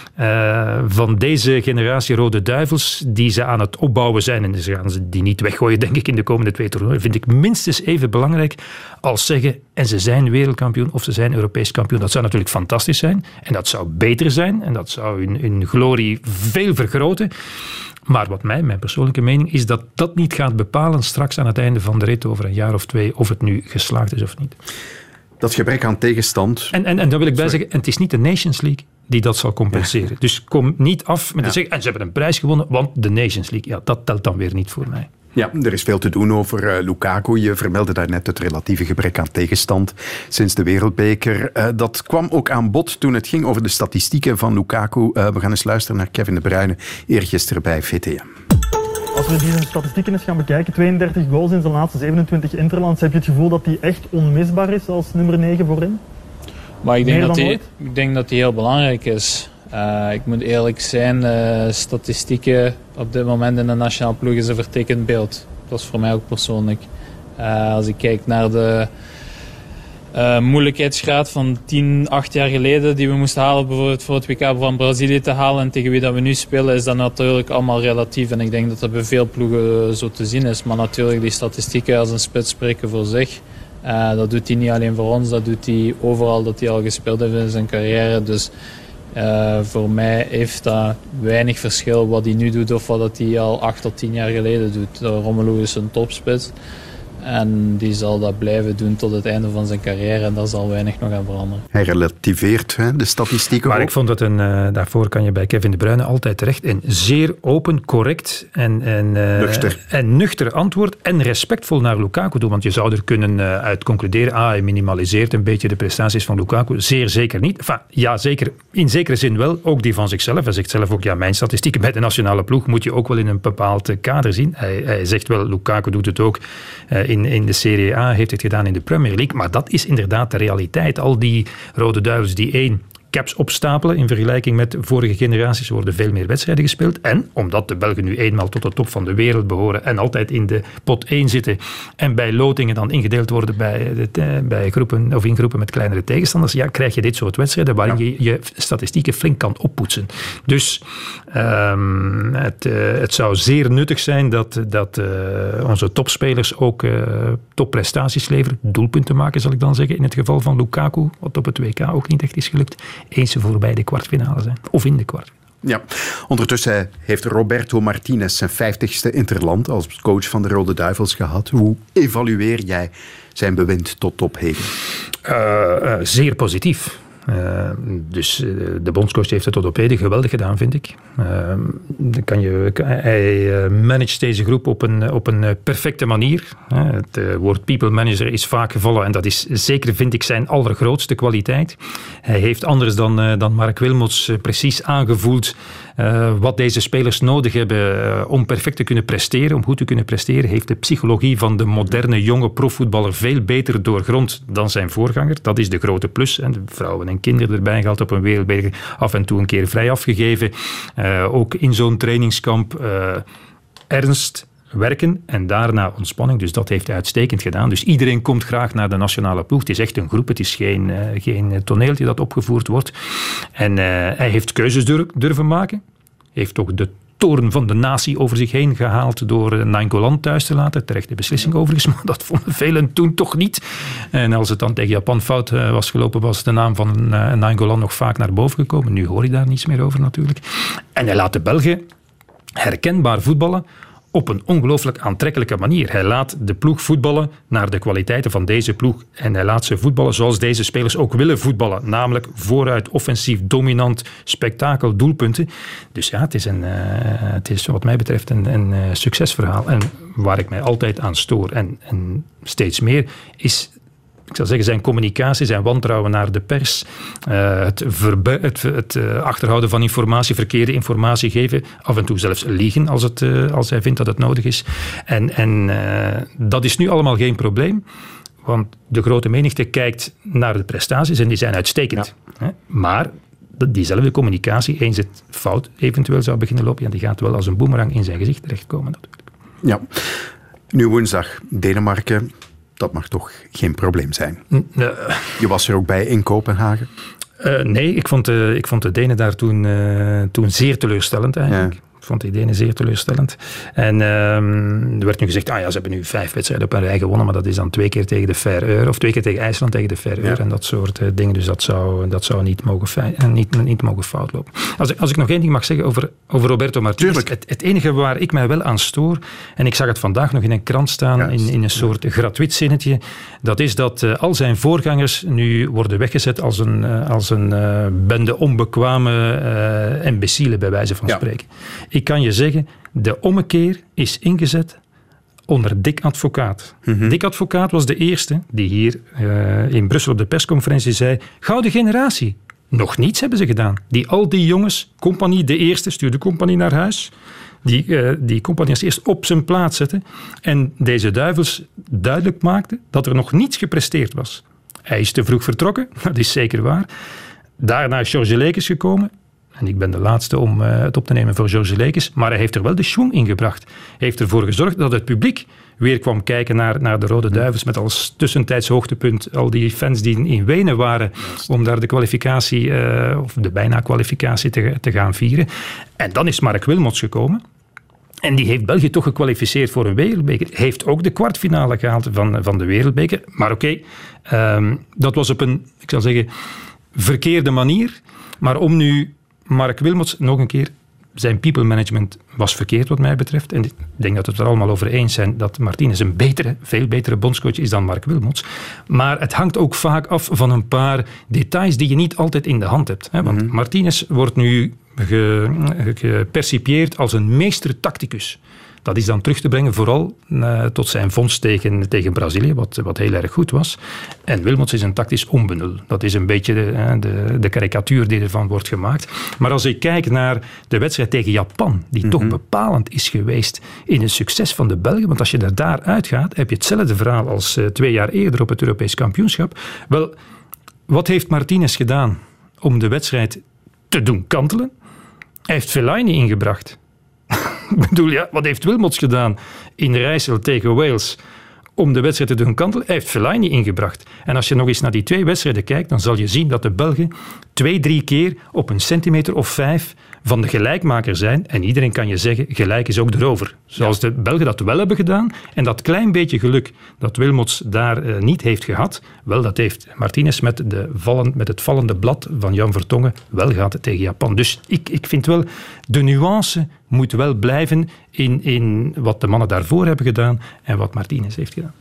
van deze generatie Rode Duivels, die ze aan het opbouwen zijn, en ze gaan die niet weggooien, denk ik, in de komende 2 toernooien, vind ik minstens even belangrijk als zeggen, en ze zijn wereldkampioen of ze zijn Europees kampioen. Dat zou natuurlijk fantastisch zijn. En dat zou beter zijn. En dat zou hun glorie veel vergroten. Maar wat mijn persoonlijke mening is dat dat niet gaat bepalen straks aan het einde van de rit over een jaar of 2 of het nu geslaagd is of niet. Dat gebrek aan tegenstand. En daar wil ik bij zeggen, en het is niet de Nations League die dat zal compenseren. Ja. Dus kom niet af met te zeggen, en ze hebben een prijs gewonnen, want de Nations League, ja, dat telt dan weer niet voor mij. Ja, er is veel te doen over Lukaku. Je vermeldde daarnet het relatieve gebrek aan tegenstand sinds de Wereldbeker. Dat kwam ook aan bod toen het ging over de statistieken van Lukaku. We gaan eens luisteren naar Kevin De Bruyne, eergisteren bij VTM. Als we die statistieken eens gaan bekijken, 32 goals in zijn laatste 27 interlands, heb je het gevoel dat hij echt onmisbaar is als nummer 9 voorin? Maar ik denk dat hij heel belangrijk is. Ik moet eerlijk zijn, statistieken op dit moment in de nationale ploeg is een vertekend beeld. Dat is voor mij ook persoonlijk. Als ik kijk naar de moeilijkheidsgraad van 8 jaar geleden die we moesten halen bijvoorbeeld voor het WK van Brazilië te halen en tegen wie dat we nu spelen, is dat natuurlijk allemaal relatief. En ik denk dat dat bij veel ploegen zo te zien is. Maar natuurlijk, die statistieken als een spits spreken voor zich. Dat doet hij niet alleen voor ons, dat doet hij overal dat hij al gespeeld heeft in zijn carrière. Dus voor mij heeft dat weinig verschil wat hij nu doet of wat hij al 8 tot 10 jaar geleden doet. Romelu is een topspits. En die zal dat blijven doen tot het einde van zijn carrière. En daar zal weinig nog aan veranderen. Hij relativeert de statistieken. Maar ook. ik vond dat daarvoor kan je bij Kevin De Bruyne altijd terecht. Een zeer open, correct en nuchter antwoord. En respectvol naar Lukaku toe. Want je zou er kunnen uit concluderen. Hij minimaliseert een beetje de prestaties van Lukaku. Zeer zeker niet. Enfin, ja, zeker. In zekere zin wel. Ook die van zichzelf. Hij zegt zelf ook, ja, mijn statistieken bij de nationale ploeg moet je ook wel in een bepaald kader zien. Hij zegt wel, Lukaku doet het ook in de Serie A, heeft het gedaan in de Premier League. Maar dat is inderdaad de realiteit. Al die Rode Duivels die caps opstapelen in vergelijking met vorige generaties worden veel meer wedstrijden gespeeld. En omdat de Belgen nu eenmaal tot de top van de wereld behoren en altijd in de pot 1 zitten en bij lotingen dan ingedeeld worden bij groepen of in groepen met kleinere tegenstanders, ja, krijg je dit soort wedstrijden waarin je je statistieken flink kan oppoetsen. Dus het zou zeer nuttig zijn dat onze topspelers ook topprestaties leveren. Doelpunten maken, zal ik dan zeggen, in het geval van Lukaku, wat op het WK ook niet echt is gelukt. Eens ze voorbij de kwartfinale zijn. Of in de kwartfinale. Ja, ondertussen heeft Roberto Martinez zijn 50ste interland als coach van de Rode Duivels gehad. Hoe evalueer jij zijn bewind tot op heden? Zeer positief. Dus de bondscoach heeft het tot op heden geweldig gedaan, vind ik. Hij managt deze groep op een perfecte manier. Het woord people manager is vaak gevallen en dat is zeker, vind ik, zijn allergrootste kwaliteit. Hij heeft anders dan Mark Wilmots precies aangevoeld wat deze spelers nodig hebben om perfect te kunnen presteren, om goed te kunnen presteren. Heeft de psychologie van de moderne jonge profvoetballer veel beter doorgrond dan zijn voorganger. Dat is de grote plus. De vrouwen en kinderen erbij gehaald op een wereldbeker, af en toe een keer vrij afgegeven. Ook in zo'n trainingskamp ernst werken en daarna ontspanning. Dus dat heeft hij uitstekend gedaan. Dus iedereen komt graag naar de nationale ploeg. Het is echt een groep. Het is geen toneeltje dat opgevoerd wordt. En hij heeft keuzes durven maken. Heeft toch de toorn van de natie over zich heen gehaald door Nainggolan thuis te laten. Terechte beslissing overigens, maar dat vonden velen toen toch niet. En als het dan tegen Japan fout was gelopen, was de naam van Nainggolan nog vaak naar boven gekomen. Nu hoor je daar niets meer over natuurlijk. En hij laat de Belgen herkenbaar voetballen op een ongelooflijk aantrekkelijke manier. Hij laat de ploeg voetballen naar de kwaliteiten van deze ploeg. En hij laat ze voetballen zoals deze spelers ook willen voetballen. Namelijk vooruit, offensief, dominant, spektakel, doelpunten. Dus ja, het is wat mij betreft een succesverhaal. En waar ik mij altijd aan stoor en steeds meer is, ik zou zeggen, zijn communicatie, zijn wantrouwen naar de pers, het achterhouden van informatie, verkeerde informatie geven, af en toe zelfs liegen als hij vindt dat het nodig is. En dat is nu allemaal geen probleem, want de grote menigte kijkt naar de prestaties en die zijn uitstekend. Ja. Maar diezelfde communicatie, eens het fout eventueel zou beginnen lopen, ja, die gaat wel als een boemerang in zijn gezicht terechtkomen natuurlijk. Ja. Nu woensdag, Denemarken. Dat mag toch geen probleem zijn? Je was er ook bij in Kopenhagen? Nee, ik vond de Denen daar toen zeer teleurstellend eigenlijk. Ja. Ik vond die Denen zeer teleurstellend. En er werd nu gezegd, ze hebben nu 5 wedstrijden op een rij gewonnen, maar dat is dan 2 keer tegen de Faroe, of 2 keer tegen IJsland tegen de Faroe en dat soort dingen. Dus dat zou niet mogen fout lopen. Als ik nog één ding mag zeggen over Roberto Martinez. Het enige waar ik mij wel aan stoor, en ik zag het vandaag nog in een krant staan, in een soort gratuit zinnetje, dat is dat al zijn voorgangers nu worden weggezet als een bende onbekwame imbecielen, bij wijze van spreken. Ik kan je zeggen, de ommekeer is ingezet onder Dick Advocaat. Mm-hmm. Dick Advocaat was de eerste die hier in Brussel op de persconferentie zei, gouden generatie. Nog niets hebben ze gedaan. Al die jongens, Compagnie de eerste, stuurde Compagnie naar huis. Die Compagnie als eerst op zijn plaats zette en deze duivels duidelijk maakte dat er nog niets gepresteerd was. Hij is te vroeg vertrokken, dat is zeker waar. Daarna is Georges Lekes gekomen. En ik ben de laatste om het op te nemen voor Georges Lekes. Maar hij heeft er wel de schwung in gebracht. Hij heeft ervoor gezorgd dat het publiek weer kwam kijken naar de Rode Duivels. Met als tussentijds hoogtepunt al die fans die in Wenen waren. Om daar de kwalificatie, of de bijna kwalificatie te gaan vieren. En dan is Mark Wilmots gekomen. En die heeft België toch gekwalificeerd voor een wereldbeker. Heeft ook de kwartfinale gehaald van de wereldbeker. Maar oké, dat was op een, ik zal zeggen, verkeerde manier. Maar om nu Mark Wilmots nog een keer zijn people management was verkeerd wat mij betreft. En ik denk dat we het er allemaal over eens zijn dat Martinez een veel betere bondscoach is dan Mark Wilmots. Maar het hangt ook vaak af van een paar details die je niet altijd in de hand hebt. Hè? Want Martinez wordt nu gepercipieerd als een meester tacticus. Dat is dan terug te brengen vooral tot zijn vondst tegen Brazilië, wat heel erg goed was. En Wilmots is een tactisch onbenul. Dat is een beetje de karikatuur die ervan wordt gemaakt. Maar als ik kijk naar de wedstrijd tegen Japan, die toch bepalend is geweest in het succes van de Belgen, want als je daar uitgaat, heb je hetzelfde verhaal als 2 jaar eerder op het Europees kampioenschap. Wel, wat heeft Martinez gedaan om de wedstrijd te doen kantelen? Hij heeft Fellaini ingebracht. Ik bedoel, wat heeft Wilmots gedaan in Rijssel tegen Wales om de wedstrijd te doen kantelen? Hij heeft Fellaini ingebracht. En als je nog eens naar die 2 wedstrijden kijkt, dan zal je zien dat de Belgen 2-3 keer op een centimeter of 5 van de gelijkmaker zijn. En iedereen kan je zeggen, gelijk is ook de rover. Zoals de Belgen dat wel hebben gedaan. En dat klein beetje geluk dat Wilmots daar niet heeft gehad, wel, dat heeft Martinez met het vallende blad van Jan Vertongen wel gehad tegen Japan. Dus ik vind wel, de nuance moet wel blijven in wat de mannen daarvoor hebben gedaan en wat Martinez heeft gedaan.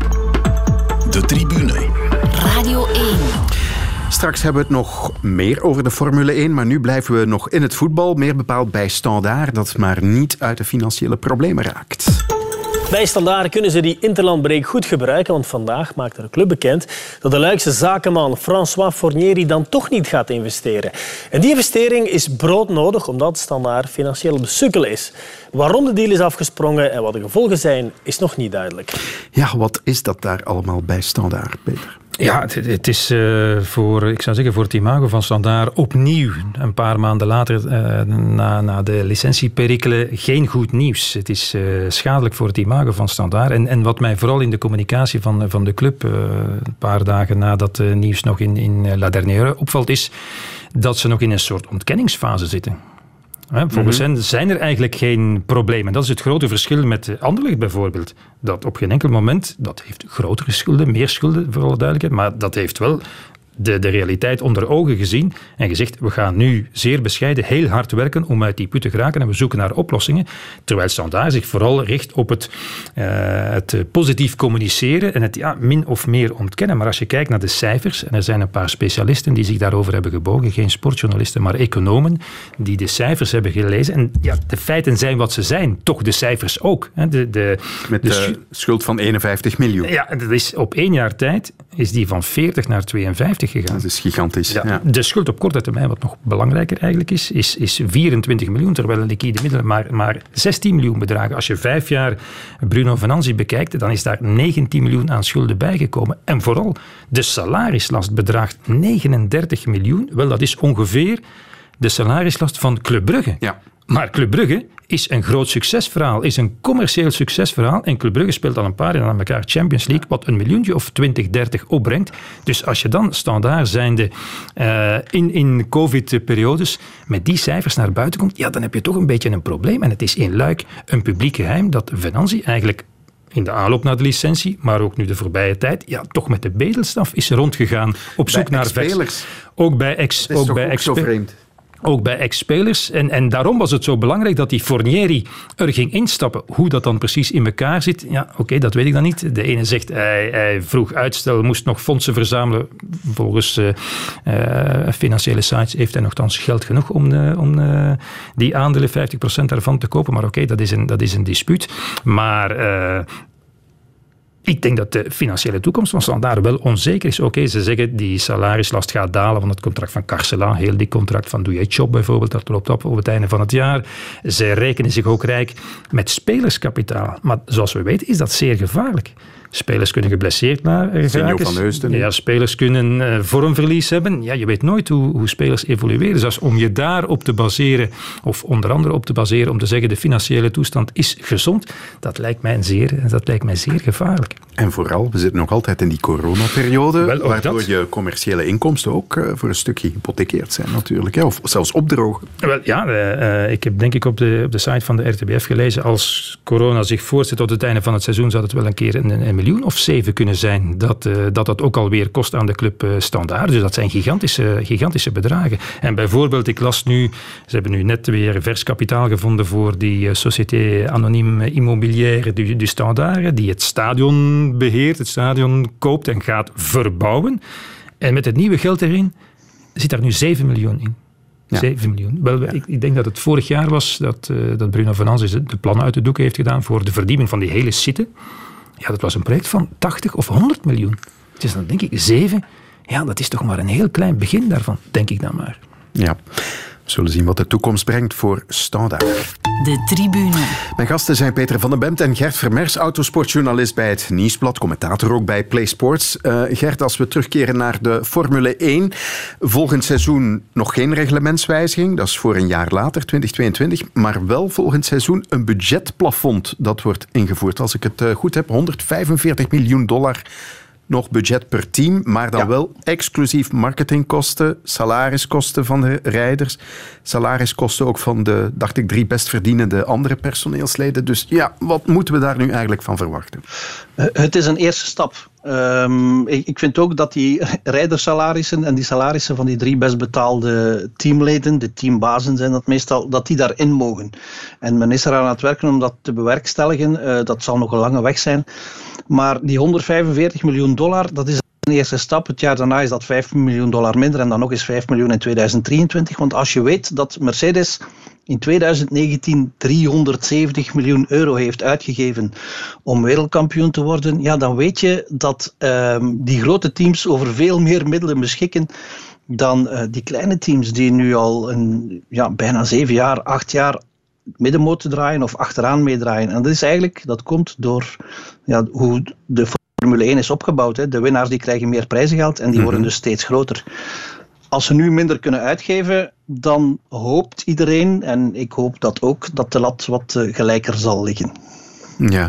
De Tribune. Radio 1. Straks hebben we het nog meer over de Formule 1, maar nu blijven we nog in het voetbal, meer bepaald bij Standaard, dat maar niet uit de financiële problemen raakt. Bij Standaard kunnen ze die interlandbreak goed gebruiken, want vandaag maakte de club bekend dat de Luikse zakenman François Fornieri dan toch niet gaat investeren. En die investering is broodnodig omdat Standaard financieel op de sukkel is. Waarom de deal is afgesprongen en wat de gevolgen zijn, is nog niet duidelijk. Ja, wat is dat daar allemaal bij Standaard, Peter? Ja, het is voor het imago van Standaard opnieuw, een paar maanden later, na de licentieperikelen, geen goed nieuws. Het is schadelijk voor het imago van Standaard. En wat mij vooral in de communicatie van de club, een paar dagen na dat nieuws nog in La Dernière opvalt, is dat ze nog in een soort ontkenningsfase zitten. Volgens hen zijn er eigenlijk geen problemen. Dat is het grote verschil met Anderlecht bijvoorbeeld. Dat op geen enkel moment, dat heeft grotere schulden, meer schulden voor alle duidelijkheid, maar dat heeft wel de realiteit onder ogen gezien en gezegd, we gaan nu zeer bescheiden heel hard werken om uit die put te geraken en we zoeken naar oplossingen. Terwijl Standaard zich vooral richt op het positief communiceren en het min of meer ontkennen. Maar als je kijkt naar de cijfers, en er zijn een paar specialisten die zich daarover hebben gebogen, geen sportjournalisten, maar economen, die de cijfers hebben gelezen. En de feiten zijn wat ze zijn. Toch de cijfers ook. Met de schuld van 51 miljoen. Ja, dat is op 1 jaar tijd is die van 40 naar 52 gegaan. Dat is gigantisch. Ja. De schuld op korte termijn, wat nog belangrijker eigenlijk is 24 miljoen, terwijl de liquide middelen maar 16 miljoen bedragen. Als je 5 jaar Bruno Venanzi bekijkt, dan is daar 19 miljoen aan schulden bijgekomen. En vooral, de salarislast bedraagt 39 miljoen. Wel, dat is ongeveer de salarislast van Club Brugge. Ja. Maar Club Brugge is een groot succesverhaal, is een commerciëel succesverhaal. En Club Brugge speelt al een paar jaar aan elkaar Champions League, wat een miljoentje of 20, 30 opbrengt. Dus als je dan Standaard zijnde in COVID-periodes met die cijfers naar buiten komt, dan heb je toch een beetje een probleem. En het is in Luik een publiek geheim dat Venanzi eigenlijk in de aanloop naar de licentie, maar ook nu de voorbije tijd, toch met de bedelstaf is rondgegaan op zoek naar spelers. Ook bij ex-spelers. Ook bij ex-spelers. En daarom was het zo belangrijk dat die Fornieri er ging instappen. Hoe dat dan precies in elkaar zit, dat weet ik dan niet. De ene zegt, hij vroeg uitstel, moest nog fondsen verzamelen. Volgens financiële sites heeft hij nogthans geld genoeg om die aandelen, 50% daarvan te kopen. Maar dat is een dispuut. Maar ik denk dat de financiële toekomst van Standaard wel onzeker is. Ze zeggen die salarislast gaat dalen van het contract van Carcela, heel die contract van Douye Chop bijvoorbeeld, dat loopt op het einde van het jaar. Ze rekenen zich ook rijk met spelerskapitaal. Maar zoals we weten is dat zeer gevaarlijk. Spelers kunnen geblesseerd raken. Van Heusden. Spelers kunnen vormverlies hebben. Je weet nooit hoe spelers evolueren. Dus om je daarop te baseren, of onder andere op te baseren, om te zeggen de financiële toestand is gezond, dat lijkt mij zeer gevaarlijk. En vooral, we zitten nog altijd in die coronaperiode, waardoor je commerciële inkomsten ook voor een stukje gehypothekeerd zijn natuurlijk, hè? Of zelfs opdrogen. Wel ja, ik heb denk ik op de site van de RTBF gelezen, als corona zich voortzet tot het einde van het seizoen, zou het wel een keer een miljoen of 7 kunnen zijn dat ook alweer kost aan de club Standaard. Dus dat zijn gigantische bedragen. En bijvoorbeeld, ik las nu, ze hebben nu net weer vers kapitaal gevonden voor die Société Anonyme Immobilière du Standaard, die het stadion beheert, het stadion koopt en gaat verbouwen. En met het nieuwe geld erin zit daar nu 7 miljoen in. Ja. 7 miljoen. Wel, ik denk dat het vorig jaar was dat Bruno Fernandes de plannen uit de doeken heeft gedaan voor de verdieping van die hele site. Ja, dat was een project van 80 of 100 miljoen. Dus dan denk ik 7. Ja, dat is toch maar een heel klein begin daarvan, denk ik dan maar. Ja. We zullen zien wat de toekomst brengt voor Standaard. De Tribune. Mijn gasten zijn Peter van den Bemt en Gert Vermers, autosportjournalist bij het Nieuwsblad, commentator ook bij Play Sports. Gert, als we terugkeren naar de Formule 1, volgend seizoen nog geen reglementswijziging, dat is voor een jaar later, 2022, maar wel volgend seizoen een budgetplafond dat wordt ingevoerd. Als ik het goed heb, $145 miljoen nog budget per team, maar dan wel exclusief marketingkosten, salariskosten van de rijders, salariskosten ook van de, dacht ik, 3 best verdienende andere personeelsleden. Dus ja, wat moeten we daar nu eigenlijk van verwachten? Het is een eerste stap. Ik vind ook dat die rijdersalarissen en die salarissen van die 3 best betaalde teamleden, de teambazen zijn dat meestal, dat die daarin mogen. En men is eraan aan het werken om dat te bewerkstelligen. Dat zal nog een lange weg zijn. Maar die $145 miljoen, dat is een eerste stap. Het jaar daarna is dat $5 miljoen minder en dan nog eens 5 miljoen in 2023. Want als je weet dat Mercedes in 2019 €370 miljoen heeft uitgegeven om wereldkampioen te worden, ja, dan weet je dat die grote teams over veel meer middelen beschikken dan die kleine teams die nu al bijna 7 jaar, 8 jaar middenmoot draaien of achteraan meedraaien. En dat komt door hoe de Formule 1 is opgebouwd. Hè. De winnaars die krijgen meer prijzengeld en die worden dus steeds groter. Als ze nu minder kunnen uitgeven, dan hoopt iedereen, en ik hoop dat ook, dat de lat wat gelijker zal liggen. Ja,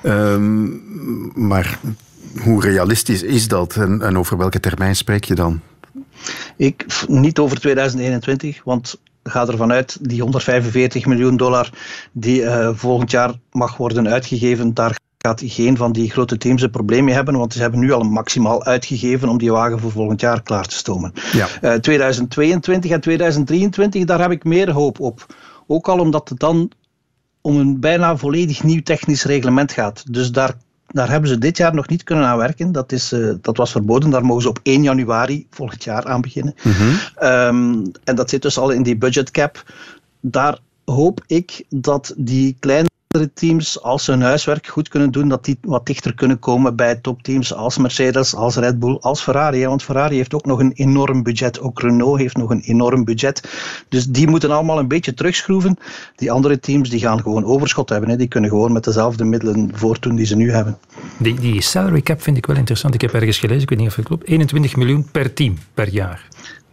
maar hoe realistisch is dat en over welke termijn spreek je dan? Niet over 2021, want ga ervan uit, die $145 miljoen die volgend jaar mag worden uitgegeven, daar gaat geen van die grote teams een probleem mee hebben, want ze hebben nu al maximaal uitgegeven om die wagen voor volgend jaar klaar te stomen. Ja. 2022 en 2023, daar heb ik meer hoop op. Ook al omdat het dan om een bijna volledig nieuw technisch reglement gaat. Dus daar hebben ze dit jaar nog niet kunnen aan werken. Dat was verboden. Daar mogen ze op 1 januari volgend jaar aan beginnen. En dat zit dus al in die budgetcap. Daar hoop ik dat die kleinere teams, als ze hun huiswerk goed kunnen doen, dat die wat dichter kunnen komen bij topteams als Mercedes, als Red Bull, als Ferrari. Want Ferrari heeft ook nog een enorm budget. Ook Renault heeft nog een enorm budget. Dus die moeten allemaal een beetje terugschroeven. Die andere teams die gaan gewoon overschot hebben. Hè. Die kunnen gewoon met dezelfde middelen voortdoen die ze nu hebben. Die salary cap vind ik wel interessant. Ik heb ergens gelezen, ik weet niet of het klopt, 21 miljoen per team per jaar.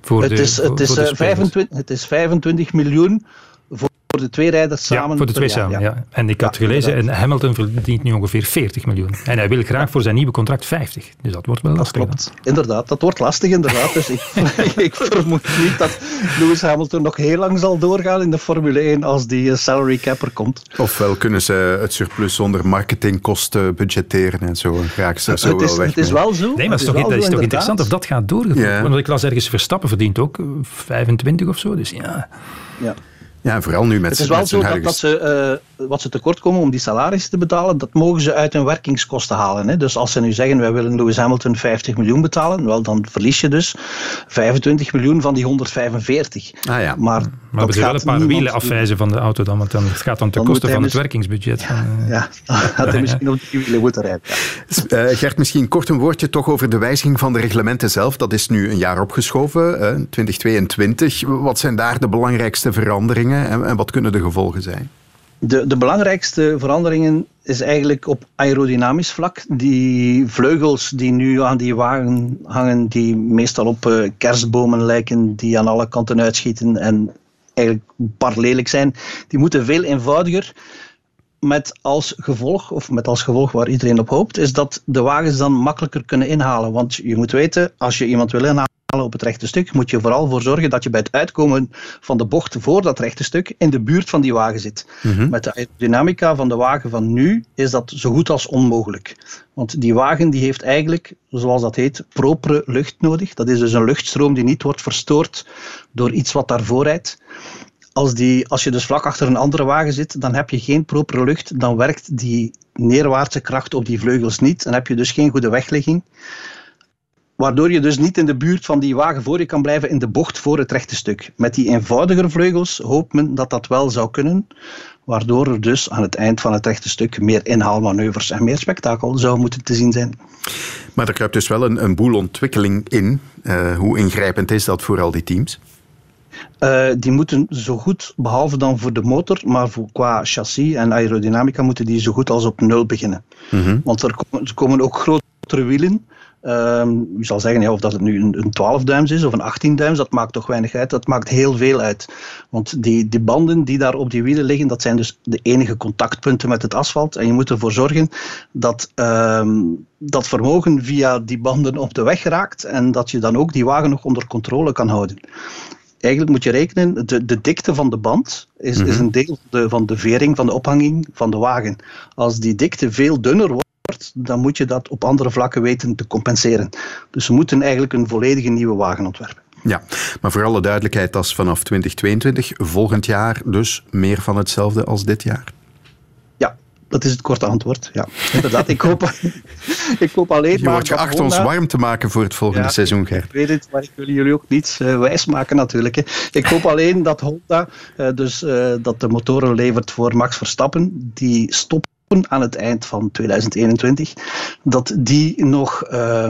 Het is 25 miljoen voor de 2 rijders samen. Ja, voor de 2 samen, ja. En ik had gelezen, en Hamilton verdient nu ongeveer 40 miljoen. En hij wil graag voor zijn nieuwe contract 50. Dus dat wordt wel lastig. Dat klopt. Inderdaad, dat wordt lastig inderdaad. Dus ik vermoed niet dat Lewis Hamilton nog heel lang zal doorgaan in de Formule 1 als die salary cap er komt. Ofwel kunnen ze het surplus zonder marketingkosten budgetteren en zo. En raak ze zo wel weg. Het is wel zo. Nee, maar het is toch interessant of dat gaat doorgevoerd. Ja. Want ik las ergens, Verstappen verdient ook 25 of zo. Dus ja. Ja, vooral nu met. Het is wel zo dat ze wat ze tekort komen om die salarissen te betalen, dat mogen ze uit hun werkingskosten halen. Hè. Dus als ze nu zeggen, wij willen Lewis Hamilton 50 miljoen betalen, wel, dan verlies je dus 25 miljoen van die 145. Ah ja. Maar we zullen wel een paar wielen afwijzen van de auto dan, want het gaat dan ten koste van het werkingsbudget. Ja, had hij misschien op die wielen moeten rijden. Ja. Gert, misschien kort een woordje toch over de wijziging van de reglementen zelf. Dat is nu een jaar opgeschoven, 2022. Wat zijn daar de belangrijkste veranderingen en wat kunnen de gevolgen zijn? De belangrijkste veranderingen is eigenlijk op aerodynamisch vlak. Die vleugels die nu aan die wagen hangen, die meestal op kerstbomen lijken, die aan alle kanten uitschieten en eigenlijk bar lelijk zijn, die moeten veel eenvoudiger. met als gevolg waar iedereen op hoopt, is dat de wagens dan makkelijker kunnen inhalen. Want je moet weten, als je iemand wil inhalen op het rechte stuk, moet je vooral voor zorgen dat je bij het uitkomen van de bocht voor dat rechte stuk in de buurt van die wagen zit. Mm-hmm. Met de aerodynamica van de wagen van nu is dat zo goed als onmogelijk. Want die wagen die heeft eigenlijk, zoals dat heet, propere lucht nodig. Dat is dus een luchtstroom die niet wordt verstoord door iets wat daarvoor rijdt. Als je dus vlak achter een andere wagen zit, dan heb je geen propere lucht, dan werkt die neerwaartse kracht op die vleugels niet en heb je dus geen goede wegligging. Waardoor je dus niet in de buurt van die wagen voor je kan blijven in de bocht voor het rechte stuk. Met die eenvoudiger vleugels hoopt men dat dat wel zou kunnen, waardoor er dus aan het eind van het rechte stuk meer inhaalmanoeuvres en meer spektakel zou moeten te zien zijn. Maar er kruipt dus wel een boel ontwikkeling in. Hoe ingrijpend is dat voor al die teams? Die moeten zo goed, behalve dan voor de motor, maar qua chassis en aerodynamica moeten die zo goed als op 0 beginnen. Mm-hmm. Want er komen ook grotere wielen. Je zal zeggen, ja, of dat het nu een 12-duims is of een 18-duims, dat maakt toch weinig uit. Dat maakt heel veel uit. Want die banden die daar op die wielen liggen, dat zijn dus de enige contactpunten met het asfalt. En je moet ervoor zorgen dat dat vermogen via die banden op de weg raakt en dat je dan ook die wagen nog onder controle kan houden. Eigenlijk moet je rekenen, de dikte van de band is een deel van de vering, van de ophanging van de wagen. Als die dikte veel dunner wordt, dan moet je dat op andere vlakken weten te compenseren. Dus we moeten eigenlijk een volledige nieuwe wagen ontwerpen. Ja, maar voor alle duidelijkheid, dat is vanaf 2022, volgend jaar dus meer van hetzelfde als dit jaar? Ja, dat is het korte antwoord. Ja, inderdaad. Ik hoop alleen je wordt geacht ons warm te maken voor het volgende seizoen, Gert. Ik weet het, maar ik wil jullie ook niets wijs maken natuurlijk. Hè. Ik hoop alleen dat Honda dat de motoren levert voor Max Verstappen, die stopt aan het eind van 2021, dat die nog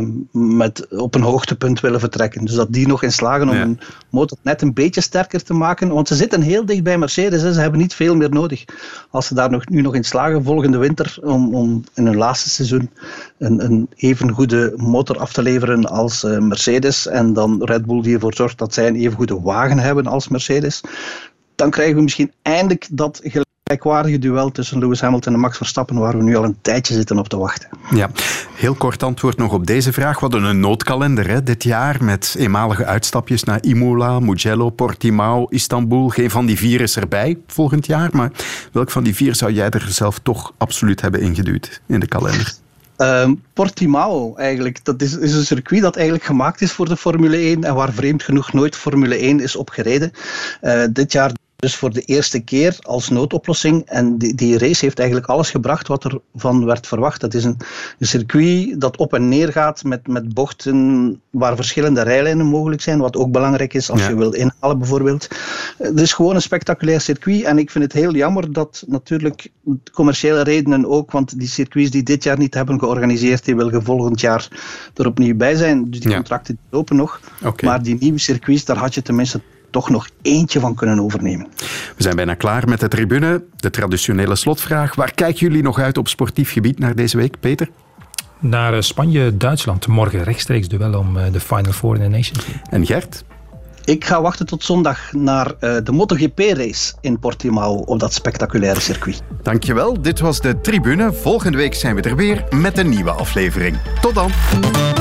op een hoogtepunt willen vertrekken. Dus dat die nog in slagen om een motor net een beetje sterker te maken. Want ze zitten heel dicht bij Mercedes. Hè. Ze hebben niet veel meer nodig. Als ze daar nu nog in slagen volgende winter om in hun laatste seizoen een even goede motor af te leveren als Mercedes en dan Red Bull die ervoor zorgt dat zij een even goede wagen hebben als Mercedes, dan krijgen we misschien eindelijk dat gelijkwaardige duel tussen Lewis Hamilton en Max Verstappen, waar we nu al een tijdje zitten op te wachten. Ja, heel kort antwoord nog op deze vraag. We hadden een noodkalender dit jaar met eenmalige uitstapjes naar Imola, Mugello, Portimao, Istanbul. Geen van die 4 is erbij volgend jaar, maar welk van die 4 zou jij er zelf toch absoluut hebben ingeduwd in de kalender? Portimao eigenlijk, dat is een circuit dat eigenlijk gemaakt is voor de Formule 1 en waar vreemd genoeg nooit Formule 1 is opgereden. Dit jaar dus voor de eerste keer als noodoplossing. En die race heeft eigenlijk alles gebracht wat er van werd verwacht. Dat is een circuit dat op en neer gaat met bochten waar verschillende rijlijnen mogelijk zijn. Wat ook belangrijk is als je wil inhalen bijvoorbeeld. Het is gewoon een spectaculair circuit. En ik vind het heel jammer dat natuurlijk commerciële redenen ook. Want die circuits die dit jaar niet hebben georganiseerd, die willen volgend jaar er opnieuw bij zijn. Dus die contracten lopen nog. Okay. Maar die nieuwe circuits, daar had je tenminste toch nog eentje van kunnen overnemen. We zijn bijna klaar met de tribune. De traditionele slotvraag. Waar kijken jullie nog uit op sportief gebied naar deze week, Peter? Naar Spanje-Duitsland. Morgen rechtstreeks duel om de Final Four in de Nations. En Gert? Ik ga wachten tot zondag naar de MotoGP-race in Portimao op dat spectaculaire circuit. Dankjewel. Dit was de tribune. Volgende week zijn we er weer met een nieuwe aflevering. Tot dan.